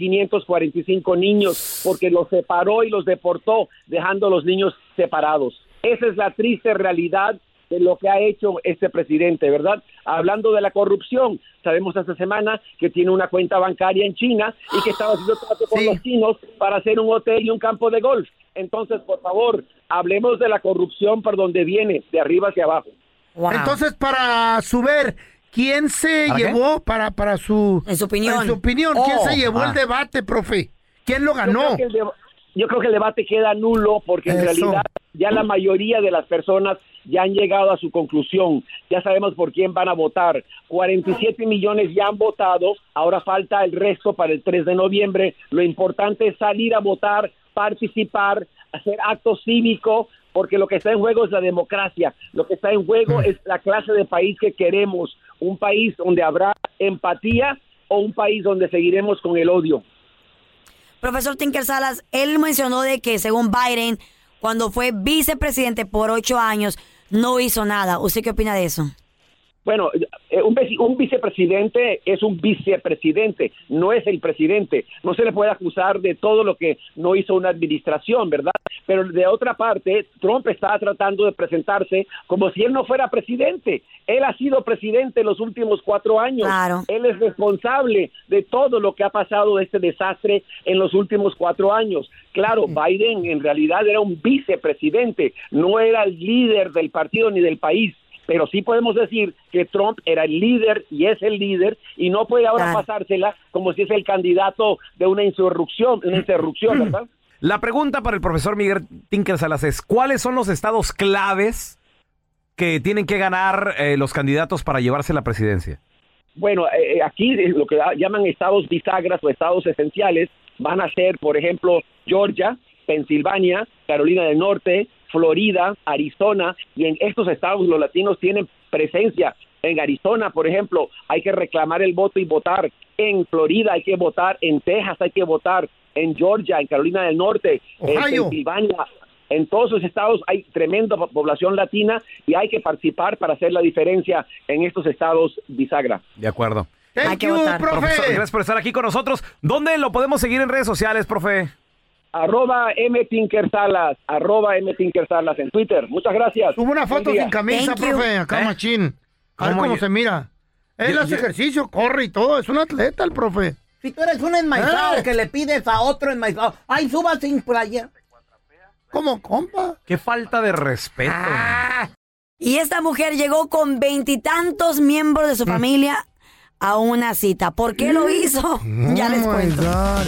545 niños porque los separó y los deportó, dejando a los niños separados. Esa es la triste realidad de lo que ha hecho este presidente, ¿verdad? Hablando de la corrupción, sabemos esta semana que tiene una cuenta bancaria en China y que estaba haciendo trato con los chinos para hacer un hotel y un campo de golf. Entonces, por favor, hablemos de la corrupción por donde viene, de arriba hacia abajo. Wow. Entonces, para su ver, ¿quién se llevó para su... En su opinión. ¿Quién se llevó el debate, profe? ¿Quién lo ganó? Yo creo que el debate queda nulo porque en realidad ya la mayoría de las personas ya han llegado a su conclusión. Ya sabemos por quién van a votar. 47 millones ya han votado. Ahora falta el resto para el 3 de noviembre. Lo importante es salir a votar, participar, hacer acto cívico, porque lo que está en juego es la democracia. Lo que está en juego es la clase de país que queremos. Un país donde habrá empatía o un país donde seguiremos con el odio. Profesor Tinker Salas, él mencionó de que según Biden, cuando fue vicepresidente por 8 años, no hizo nada. ¿Usted qué opina de eso? Bueno, un vicepresidente es un vicepresidente, no es el presidente. No se le puede acusar de todo lo que no hizo una administración, ¿verdad? Pero de otra parte, Trump está tratando de presentarse como si él no fuera presidente. Él ha sido presidente en los últimos 4 años. Claro. Él es responsable de todo lo que ha pasado de este desastre en los últimos 4 años. Claro, Biden en realidad era un vicepresidente, no era el líder del partido ni del país. Pero sí podemos decir que Trump era el líder y es el líder y no puede ahora pasársela como si es el candidato de una insurrección, ¿verdad? La pregunta para el profesor Miguel Tinker Salas es, ¿cuáles son los estados claves que tienen que ganar los candidatos para llevarse la presidencia? Bueno, aquí lo que llaman estados bisagras o estados esenciales van a ser, por ejemplo, Georgia, Pensilvania, Carolina del Norte, Florida, Arizona, y en estos estados los latinos tienen presencia. En Arizona, por ejemplo, hay que reclamar el voto y votar. En Florida hay que votar, en Texas hay que votar, en Georgia, en Carolina del Norte, en Pensilvania. En todos los estados hay tremenda población latina y hay que participar para hacer la diferencia en estos estados bisagra. De acuerdo. Thank you, profe. Profesor, gracias por estar aquí con nosotros. ¿Dónde lo podemos seguir en redes sociales, profe? @mtinkersalas en Twitter. Muchas gracias. Tuvo una foto sin camisa, profe, acá machín. A ver cómo se mira. Él hace ejercicio, corre y todo. Es un atleta el profe. Si tú eres un enmaizado que le pides a otro enmaizado, ay, suba sin playa. ¿Cómo, compa? Qué falta de respeto. Y esta mujer llegó con 20 y tantos miembros de su familia a una cita. ¿Por qué lo hizo? Ya les cuento.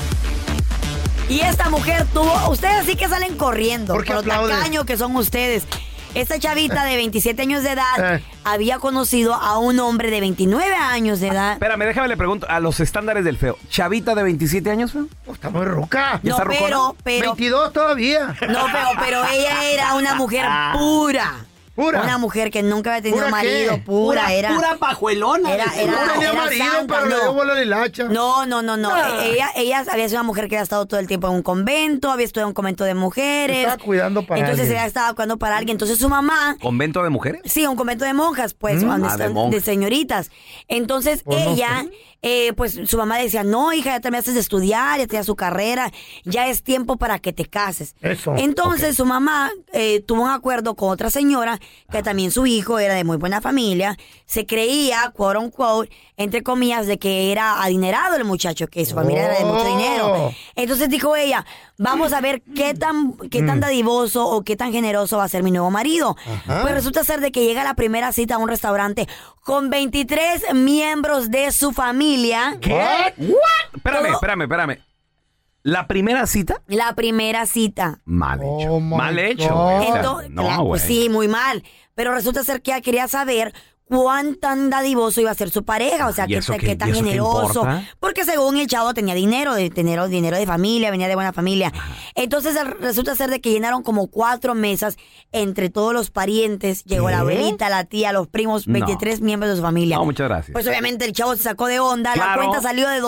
Y esta mujer tuvo... Ustedes sí que salen corriendo. Por lo tacaño que son ustedes. Esta chavita de 27 años de edad había conocido a un hombre de 29 años de edad. Espérame, déjame le pregunto, a los estándares del feo, ¿chavita de 27 años, feo? Está muy roca. No, pero... 22 todavía. No, pero ella era una mujer pura. Una mujer que nunca había tenido marido, pura pajuelona. Era marido, santa, pero le dio bola de hilacha. No. Ella había sido una mujer que había estado todo el tiempo en un convento, había estado en un convento de mujeres. Estaba cuidando para Entonces alguien. ella estaba cuidando para alguien. Entonces su mamá... ¿Convento de mujeres? Sí, un convento de monjas, pues, de señoritas. Entonces ella... pues su mamá decía, no, hija, ya terminaste de estudiar, ya tenías su carrera, ya es tiempo para que te cases. Eso. Entonces su mamá tuvo un acuerdo con otra señora, que también su hijo era de muy buena familia, se creía, quote unquote, entre comillas, de que era adinerado el muchacho, que su familia era de mucho dinero. Entonces dijo ella, vamos a ver qué tan dadivoso o qué tan generoso va a ser mi nuevo marido. Pues resulta ser de que llega a la primera cita a un restaurante con 23 miembros de su familia. ¿Qué? Espérame. ¿La primera cita? La primera cita. Mal hecho. Mal hecho, güey. Pues sí, muy mal. Pero resulta ser que ella quería saber cuán tan dadivoso iba a ser su pareja, o sea, qué tan generoso. Porque según el chavo tenía dinero de familia, venía de buena familia. Entonces resulta ser de que llenaron como 4 mesas entre todos los parientes. Llegó la abuelita, la tía, los primos, 23 miembros de su familia. No, muchas gracias. Pues obviamente el chavo se sacó de onda. Claro. La cuenta salió de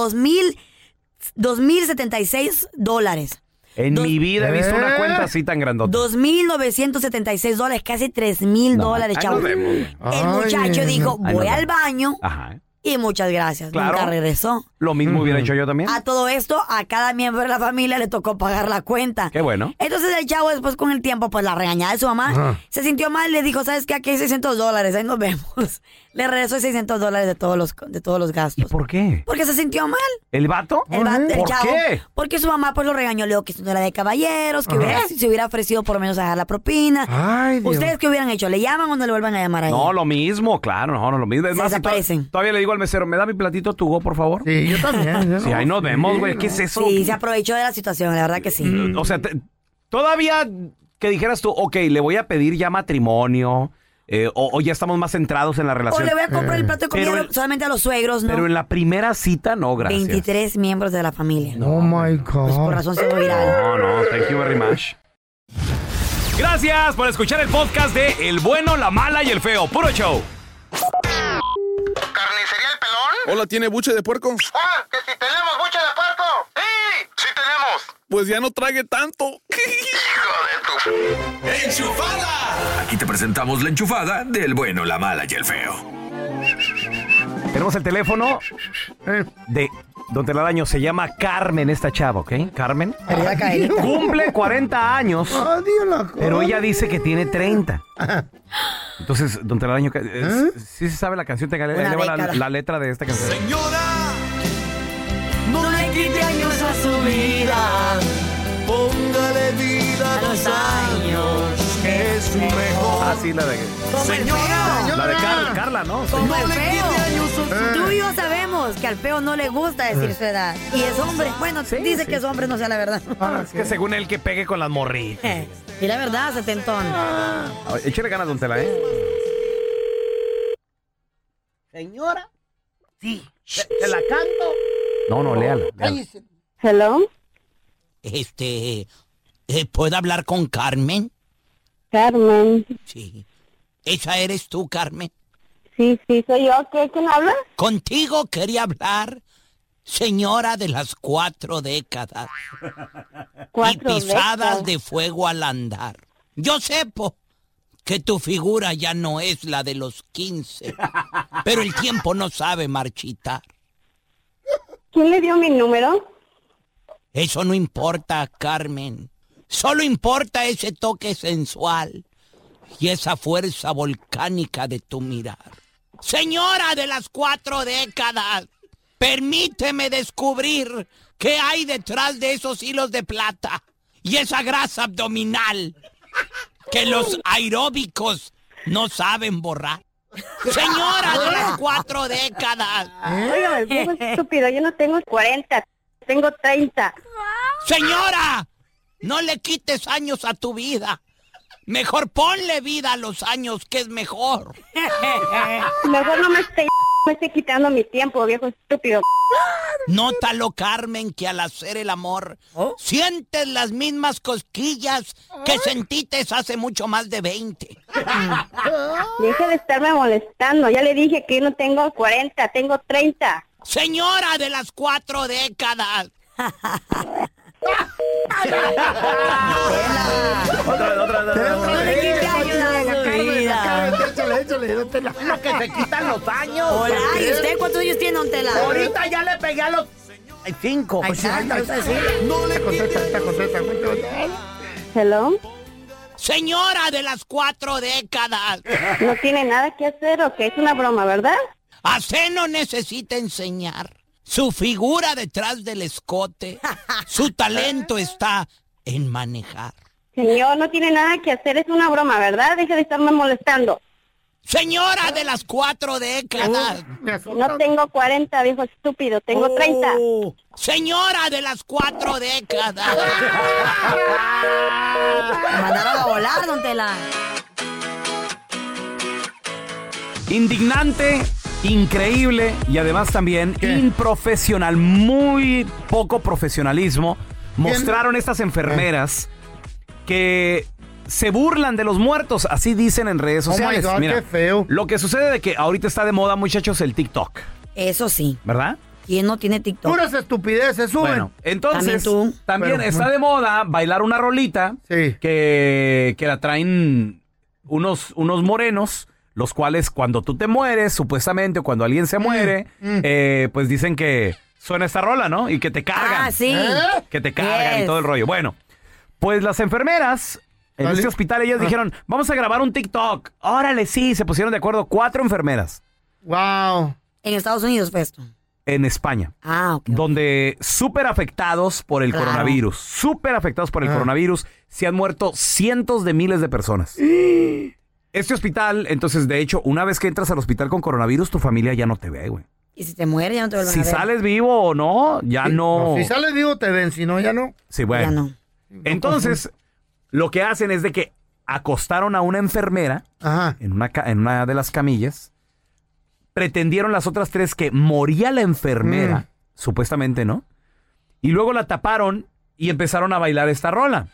$2,076. En mi vida he visto una cuenta así tan grandota. $2,976, casi $3,000, chavo. El muchacho dijo, voy al baño. Y muchas gracias. Claro. Nunca regresó. Lo mismo hubiera hecho yo también. A todo esto, a cada miembro de la familia le tocó pagar la cuenta. Qué bueno. Entonces el chavo después con el tiempo, pues la regañada de su mamá, se sintió mal, le dijo, ¿sabes qué? Aquí hay $600, ahí nos vemos. Le regresó $600 de todos los gastos. ¿Y por qué? Porque se sintió mal. ¿El vato? El ¿Por chavo, qué? Porque su mamá pues lo regañó, le dijo que esto no era de caballeros, que se hubiera ofrecido por lo menos a dejar la propina. Ay, Dios. ¿Ustedes qué hubieran hecho? ¿Le llaman o no le vuelvan a llamar a ella? No, lo mismo, claro, no, lo mismo. Es más, desaparecen. Todavía le digo al mesero, ¿me da mi platito tu go, por favor? Sí, yo también. Sí, ahí nos vemos, güey. ¿Qué es eso? Sí, se aprovechó de la situación, la verdad que sí. O sea, todavía que dijeras tú, ok, le voy a pedir ya matrimonio, o ya estamos más centrados en la relación. O le voy a comprar el plato de comida solamente a los suegros, ¿no? Pero en la primera cita, no, gracias. 23 miembros de la familia. Oh, my God. Pues por razón se va viral. No, thank you very much. Gracias por escuchar el podcast de El Bueno, la Mala y el Feo. Puro show. ¿Carnicería El Pelón? Hola, ¿tiene buche de puerco? ¡Ah, que si tenemos buche de puerco! ¡Sí! ¡Sí tenemos! Pues ya no trague tanto. ¡Hijo de tu... ¡Enchufada! Aquí te presentamos la enchufada del Bueno, la Mala y el Feo. Tenemos el teléfono de Don Telaraño. Se llama Carmen esta chava, ¿ok? Carmen. Cumple 40 años, pero ella dice que tiene 30. Entonces, Don Telaraño, ¿sí se sabe la canción? La letra de esta canción. Señora, no le quite años a su vida, póngale vida a los años, que es su mejor. Ah, sí, la de... Señora, la de Carla, ¿no? Como el Feo. Tú y yo sabemos que al Feo no le gusta decir su edad. Y es hombre. Bueno, dice que es hombre, no sea la verdad. Es que según él que pegue con las morritas. Y la verdad, setentón. Échale ganas, Don Tela, Señora. Sí. ¿Te la canto? No, léala. Hello. ¿Puedo hablar con Carmen? Carmen. Sí. ¿Esa eres tú, Carmen? Sí, soy yo. ¿Quién habla? Contigo quería hablar, señora de las 4 décadas. 4 y pisadas décadas. de fuego al andar. Yo sepo que tu figura ya no es la de los 15, pero el tiempo no sabe marchitar. ¿Quién le dio mi número? Eso no importa, Carmen. Solo importa ese toque sensual y esa fuerza volcánica de tu mirar. Señora de las 4 décadas, permíteme descubrir qué hay detrás de esos hilos de plata y esa grasa abdominal que los aeróbicos no saben borrar. Señora de las 4 décadas. Oiga, viejo estúpido, yo no tengo 40, tengo 30. Señora, no le quites años a tu vida. Mejor ponle vida a los años, que es mejor. Mejor no me esté quitando mi tiempo, viejo estúpido. Nótalo, Carmen, que al hacer el amor sientes las mismas cosquillas que sentiste hace mucho más de 20. Deje de estarme molestando. Ya le dije que yo no tengo 40, tengo 30. Señora de las 4 décadas. Échale, don Tela. Lo que se quitan los años. Hola, ¿y usted cuántos años tiene, don Tela? Ahorita ya le pegué a los 5. Ahí está, No le contesta. Hello. Señora de las 4 décadas. No tiene nada que hacer o que es una broma, ¿verdad? A usted no necesita enseñar. Su figura detrás del escote, su talento está en manejar. Señor, no tiene nada que hacer, es una broma, ¿verdad? Deje de estarme molestando. Señora de las 4 décadas. No tengo 40, viejo estúpido, tengo 30. Señora de las 4 décadas. Me mandaron a volar, don Tela. Indignante, increíble y además también improfesional, muy poco profesionalismo. Mostraron estas enfermeras que se burlan de los muertos, así dicen en redes sociales. Oh my God, mira, qué feo. Lo que sucede de que ahorita está de moda, muchachos, el TikTok. Eso sí. ¿Verdad? ¿Quién no tiene TikTok? Puras estupideces suben. Bueno, entonces también Pero, está de moda bailar una rolita que la traen unos morenos, los cuales cuando tú te mueres, supuestamente, o cuando alguien se muere, pues dicen que suena esta rola, ¿no? Y que te cargan. Ah, sí. Que te cargan y todo el rollo. Bueno, pues las enfermeras en este hospital, ellas dijeron, vamos a grabar un TikTok. Órale, sí, se pusieron de acuerdo 4 enfermeras. Wow. En Estados Unidos fue esto. En España. Ah, ok. Donde súper afectados por el coronavirus. Súper afectados por el coronavirus. Se han muerto cientos de miles de personas. Este hospital, entonces, de hecho, una vez que entras al hospital con coronavirus, tu familia ya no te ve, güey. Y si te mueres, ya no te vuelven a ver. Si sales vivo o no, ya no. Si sales vivo te ven, si no, ya no. Sí, bueno. Ya no. Entonces, lo que hacen es de que acostaron a una enfermera en una de las camillas. Pretendieron las otras 3 que moría la enfermera, supuestamente, ¿no? Y luego la taparon y empezaron a bailar esta rola.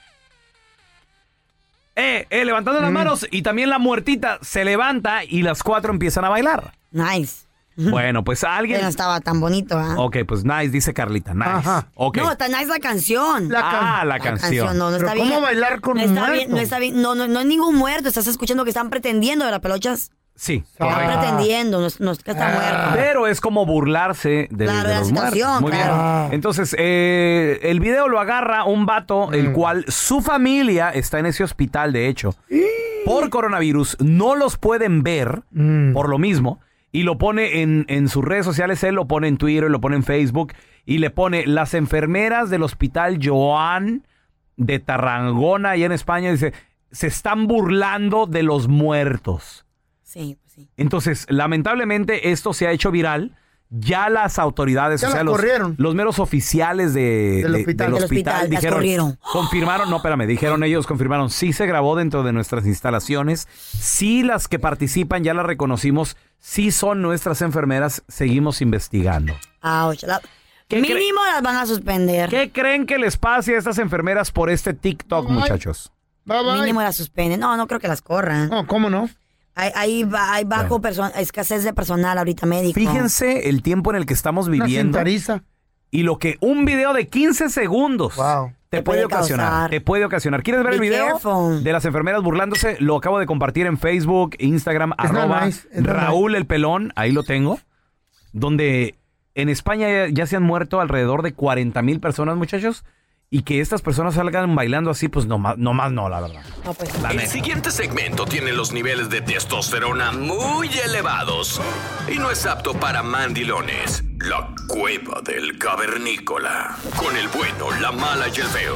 Levantando las manos, y también la muertita se levanta y las 4 empiezan a bailar. Nice. Bueno, pues alguien... No estaba tan bonito, ¿ah? Ok, pues nice, dice Carlita, nice. Ajá. Okay. No, está nice la canción. La canción. No está bien. ¿Cómo bailar con no un está muerto? bien, no está bien. No es ningún muerto. Estás escuchando que están pretendiendo, ¿verdad, pelochas? Sí, Están correcto. pretendiendo, no es que está muerto. Pero es como burlarse de Claro, de la los muertos. situación, Muy claro. bien. Entonces, el video lo agarra un vato, el cual su familia está en ese hospital, de hecho. Por coronavirus, no los pueden ver por lo mismo. Y lo pone en sus redes sociales, él lo pone en Twitter, lo pone en Facebook. Y le pone, las enfermeras del hospital Joan de Tarragona, allá en España, dice, se están burlando de los muertos. Sí, pues sí. Entonces, lamentablemente, esto se ha hecho viral ya las autoridades, Ya las corrieron. los meros oficiales del hospital las dijeron, corrieron. confirmaron, sí se grabó dentro de nuestras instalaciones, sí las que participan ya las reconocimos, sí son nuestras enfermeras, seguimos investigando. Ouch. Mínimo las van a suspender. ¿Qué creen que les pase a estas enfermeras por este TikTok, muchachos? Mínimo las suspenden. No creo que las corran. No, ¿cómo no? Hay bajo escasez de personal ahorita médico. Fíjense el tiempo en el que estamos viviendo. Y lo que un video de 15 segundos te puede ocasionar. Te puede ocasionar. ¿Quieres ver el video de las enfermeras burlándose? Lo acabo de compartir en Facebook, Instagram, @Raúl el Pelón. Ahí lo tengo. Donde en España ya se han muerto alrededor de 40,000 personas, muchachos. Y que estas personas salgan bailando así, pues no más no, la verdad. No, pues. El siguiente segmento tiene los niveles de testosterona muy elevados y no es apto para mandilones. La cueva del cavernícola. Con el bueno, la mala y el feo.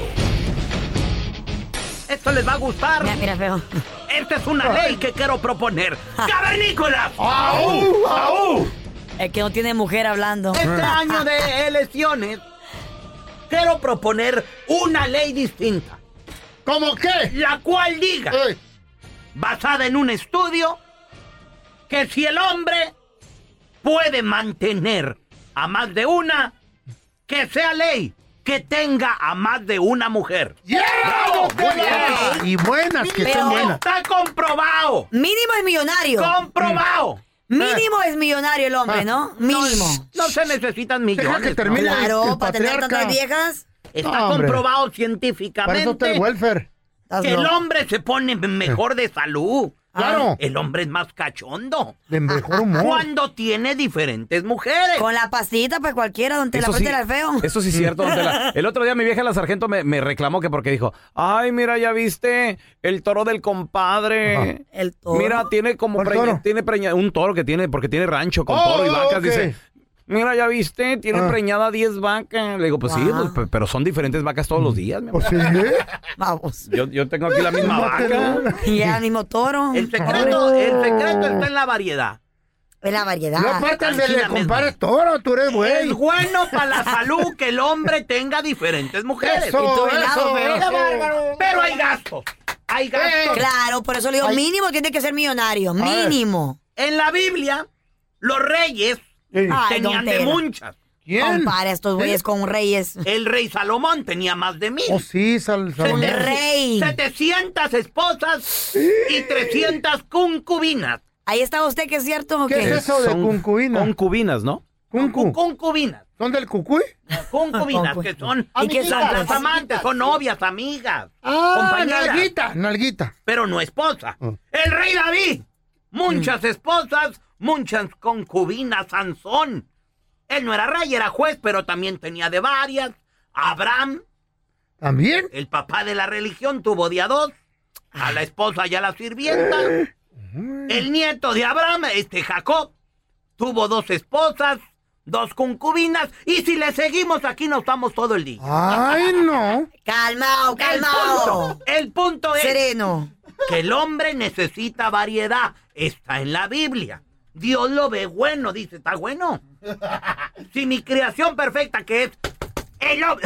Esto les va a gustar. Mira, feo. Esta es una ley que quiero proponer. ¡Cavernícola! ¡Au! ¡Au! El que no tiene mujer hablando. Este año de elecciones quiero proponer una ley distinta. ¿Cómo qué? La cual diga, basada en un estudio, que si el hombre puede mantener a más de una, que sea ley que tenga a más de una mujer. ¡Bravo! Muy bien. Y buenas, que estén buenas. Está comprobado. Mínimo es millonario. Comprobado. Mínimo es millonario el hombre, ¿no? Mínimo. No se necesitan millones. Deja que termine Claro, el para tener patriarca. tantas viejas. Está No, hombre. comprobado Para eso está científicamente el welfare. que el hombre se pone mejor de salud. Claro. El hombre es más cachondo. De mejor humor. Cuando tiene diferentes mujeres. Con la pastita, pues cualquiera, donde la frente al feo. Eso sí es cierto, don Tela. El otro día mi vieja la sargento me reclamó que porque dijo, ay, mira, ya viste el toro del compadre. Ajá. El toro. Mira, tiene como ¿Cuál toro? un toro que tiene, porque tiene rancho con toro y vacas, ok. dice. Mira, ya viste, tiene preñada 10 vacas. Le digo, pues sí, pues, pero son diferentes vacas todos los días, mi amor. ¿Sí? Vamos. Yo tengo aquí la misma vaca. Y el mismo toro. El secreto está en la variedad. En la variedad. No aparte el de le compares toro, tú eres güey. Es bueno para la salud que el hombre tenga diferentes mujeres. Eso, Pero hay gastos. Hay gastos. Claro, por eso le digo, mínimo tiene que ser millonario. Mínimo. En la Biblia, los reyes tenían de muchas. ¿Quién? Compara estos güeyes con reyes. El rey Salomón tenía más de 1,000. Oh, sí, Salomón. Rey. 700 esposas y 300 concubinas. Ahí está usted, que es cierto o ¿Qué qué? es eso de Son concubina? Concubinas, ¿no? Concubinas. ¿Son del cucuy? Concubinas, que son ¿Y qué son? las amantes, son novias, amigas, Ah, compañeras. nalguita. Pero no esposa. El rey David, muchas esposas, muchas concubinas. Sansón, él no era rey, era juez, pero también tenía de varias. Abraham, ¿También? el papá de la religión, tuvo de a 2. A la esposa y a la sirvienta. El nieto de Abraham, Jacob, tuvo 2 esposas, 2 concubinas. Y si le seguimos aquí nos estamos todo el día. Ay, no. Calmao. El punto es Sereno. que el hombre necesita variedad. Está en la Biblia. Dios lo ve bueno, dice, está bueno. Si mi creación perfecta, que es el hombre,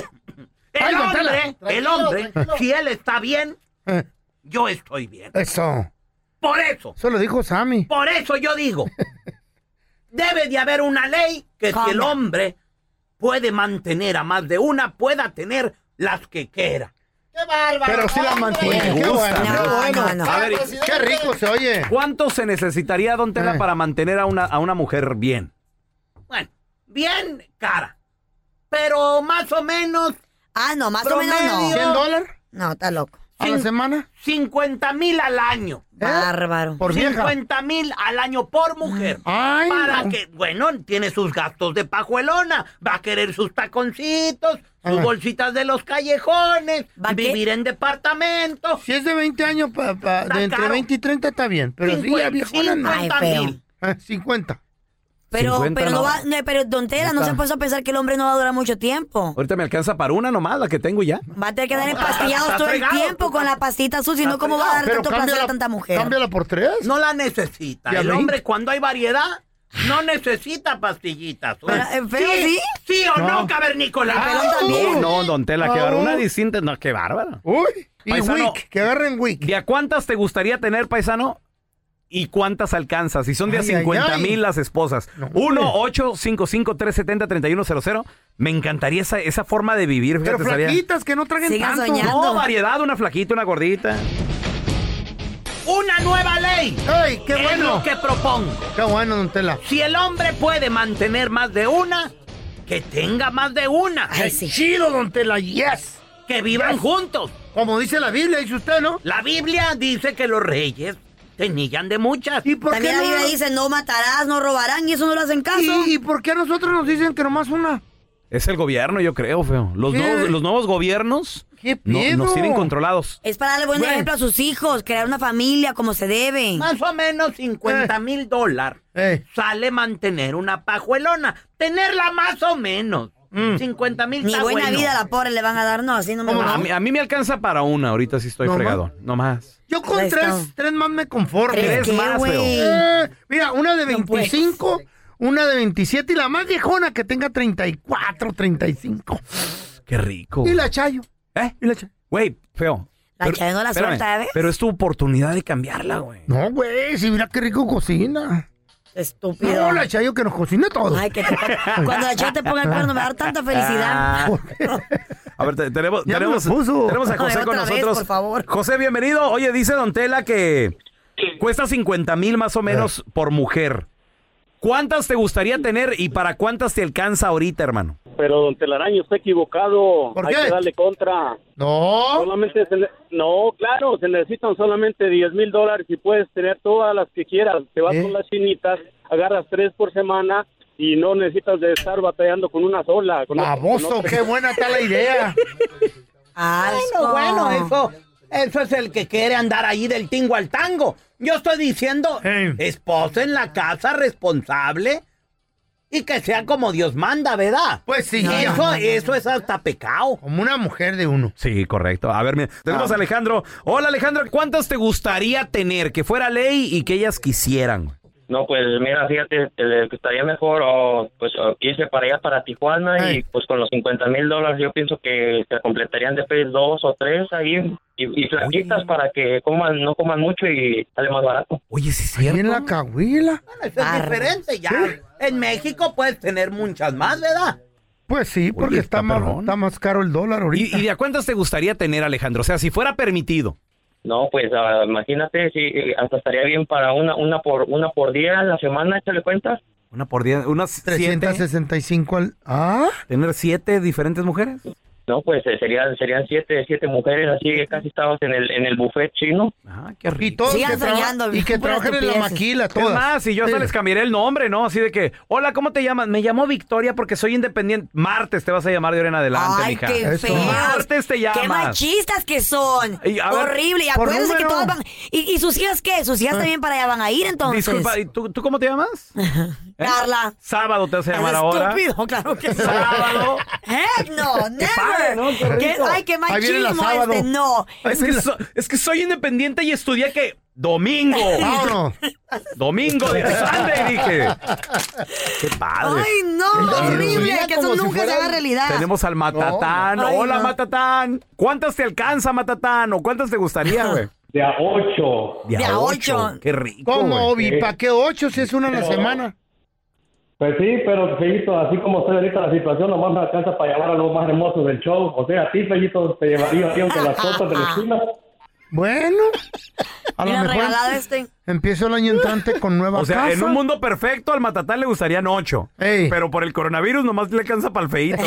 si él está bien, yo estoy bien. Eso. Por eso. Eso lo dijo Sammy. Por eso yo digo, debe de haber una ley que si el hombre puede mantener a más de una, pueda tener las que quiera. ¡Qué bárbaro! Pero sí las mantiene. Me Qué gusta. bueno. No. A ver, Qué rico se oye. ¿cuánto se necesitaría, don Tela, para mantener a una mujer bien? Bueno, bien cara. Pero más o menos. No, más o menos no. ¿$100? No, está loco. ¿A la semana? 50,000 al año. Bárbaro. Por vieja. 50,000 al año por mujer. Ay, para no. que, bueno, tiene sus gastos de pajuelona. Va a querer sus taconcitos, sus bolsitas de los callejones, vivir en departamentos. Si es de 20 años, de entre caro. 20 y 30 está bien. Pero sí, ya viejona no. 50,000. 50. Pero 50 no no. va, pero don Tela, no se ha puesto a pensar que el hombre no va a durar mucho tiempo. Ahorita me alcanza para una nomás, la que tengo ya. Va a tener que dar empastillados todo el fregado, tiempo con la pastita azul, si no, ¿cómo va a dar Pero tanto placer a tanta mujer? cámbiala por 3. No la necesita. ¿Y a El 20? hombre, cuando hay variedad, No necesita pastillitas. Pero, ¿sí? ¿Sí o no, cavernícola? No, don Tela, qué bárbaro. Una distinta, no, qué bárbaro. Uy, y paisano, Wick, que agarren Wick. ¿De a cuántas te gustaría tener, paisano? ¿Y cuántas alcanzas? Si son de a Ay, 50,000 las esposas. 1-855-370-3100. Me encantaría esa forma de vivir. Pero fíjate, flaquitas, que no traguen Sigan tanto. soñando. No, variedad, una flaquita, una gordita. Una nueva ley. ¡Ey, qué bueno! Es lo que propongo. Qué bueno, don Tela. Si el hombre puede mantener más de una, que tenga más de una. Ay, sí. Chido, don Tela, yes. Que vivan juntos. Como dice la Biblia, dice usted, ¿no? La Biblia dice que los reyes tenían de muchas. ¿Y por También qué la no? Biblia dice, no matarás, no robarán, y eso no lo hacen caso. ¿Y por qué a nosotros nos dicen que nomás una? Es el gobierno, yo creo, feo. Los nuevos gobiernos nos tienen controlados. Es para darle buen ejemplo a sus hijos, crear una familia como se debe. Más o menos $50,000 sale mantener una pajuelona. Tenerla más o menos. 50,000 Ni está buena bueno. vida a la pobre le van a dar, no, así no me va. A mí me alcanza para una, ahorita sí estoy No fregado. No más. Yo con tres más me conformo. ¿Tres más, feo? Mira, una de 25, una de 27 y la más viejona que tenga 34, 35. Qué rico. Y la Chayo. Y la Chayo. Güey, feo. La Chayo no la suelta, ¿ves? Pero es tu oportunidad de cambiarla, güey. No, güey, si mira qué rico cocina. Estúpido. No, la Chayo que nos cocina todo. Ay, cuando la Chayo te ponga el cuerno me va a dar tanta felicidad. A ver, tenemos Ya me lo a puso. José Ay, con otra vez, nosotros. por favor. José, bienvenido. Oye, dice don Tela que cuesta 50,000 más o menos por mujer. ¿Cuántas te gustaría tener y para cuántas te alcanza ahorita, hermano? Pero don Telaraño, está equivocado. ¿Por Hay qué? que darle contra. No. Solamente no, claro, se necesitan solamente $10,000 y puedes tener todas las que quieras. Te vas con las chinitas, agarras 3 por semana y no necesitas de estar batallando con una sola. Baboso, qué buena está la idea. Bueno, eso es el que quiere andar ahí del tingo al tango. Yo estoy diciendo, esposa en la casa, responsable, y que sea como Dios manda, ¿verdad? Pues sí. Eso es hasta pecado. Como una mujer de uno. Sí, correcto. A ver, mira, tenemos a Alejandro. Hola, Alejandro. ¿Cuántas te gustaría tener? Que fuera ley y que ellas quisieran. No, pues mira, fíjate, que estaría mejor irse para allá, para Tijuana, y pues con los $50,000 yo pienso que se completarían de pedir 2 o 3 ahí, y flaquitas para que no coman mucho y sale más barato. Oye, sí es cierto. en la cahuila. Eso es diferente ya. En México puedes tener muchas más, ¿verdad? Pues sí, porque Oye, está más caro el dólar ahorita. ¿Y de a cuántas te gustaría tener, Alejandro? O sea, si fuera permitido. No, pues imagínate, si hasta estaría bien para una por día a la semana, échale cuentas. Una por día, unas 365 al... ¿Tener 7 diferentes mujeres? No, pues serían 7 mujeres, así que casi estabas en el buffet chino. Ah, qué rico. Y todos Sigan soñando. y que trabajen en la maquila, Es todas. más, y yo hasta Sí. les cambiaré el nombre, ¿no? Así de que, hola, ¿cómo te llamas? Me llamo Victoria porque soy independiente. Martes te vas a llamar de ahora en adelante, Ay, mija. qué feo. Martes te llamas. Qué machistas que son. Y, a ver, horrible. Y por acuérdense que número. todos van... ¿Y sus hijas qué? ¿Sus hijas también para allá van a ir entonces? Disculpa, ¿y tú cómo te llamas? Carla. Sábado te vas a llamar Es ahora. estúpido, claro que sí. Sábado. Heck no, never. padre, ¿no? Qué rico. Ay, qué Ahí viene la machismo sábado. no. Es que soy independiente y estudié que domingo. Vámonos. Domingo de Sunday, dije. Qué padre. Ay, no, horrible, Mira, que como eso si nunca fuera- se haga realidad. Tenemos al Matatán. No. Ay, Hola, no. Matatán. ¿Cuántas te alcanza, Matatán? ¿O cuántas te gustaría, güey? De a 8. De a 8. Qué rico. ¿Cómo, güey. Obi? ¿Para qué 8 si es una a la semana? Pues sí, pero Fellito, así como está ahorita la situación, nomás me alcanza para llevar a los más hermosos del show. O sea, a ti, Fellito, te llevaría a ti aunque las fotos de la esquina. Bueno, a lo Mira, mejor regalada empiezo el año entrante con nueva O sea, casa. en un mundo perfecto al Matatán le gustarían 8. Ey. Pero por el coronavirus nomás le alcanza para el feíto.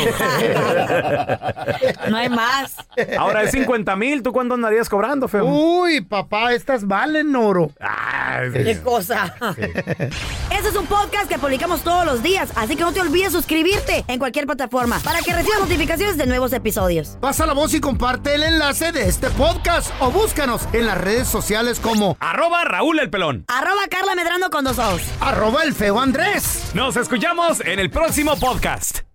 No hay más. Ahora es 50,000. ¿Tú cuánto andarías cobrando, feo? Uy, papá, estas valen oro. Qué cosa. Este es un podcast que publicamos todos los días, así que no te olvides suscribirte en cualquier plataforma para que recibas notificaciones de nuevos episodios. Pasa la voz y comparte el enlace de este podcast o búscanos en las redes sociales como @Raúl el Pelón. @Carla Medrano con 2 O's. @el feo Andrés. Nos escuchamos en el próximo podcast.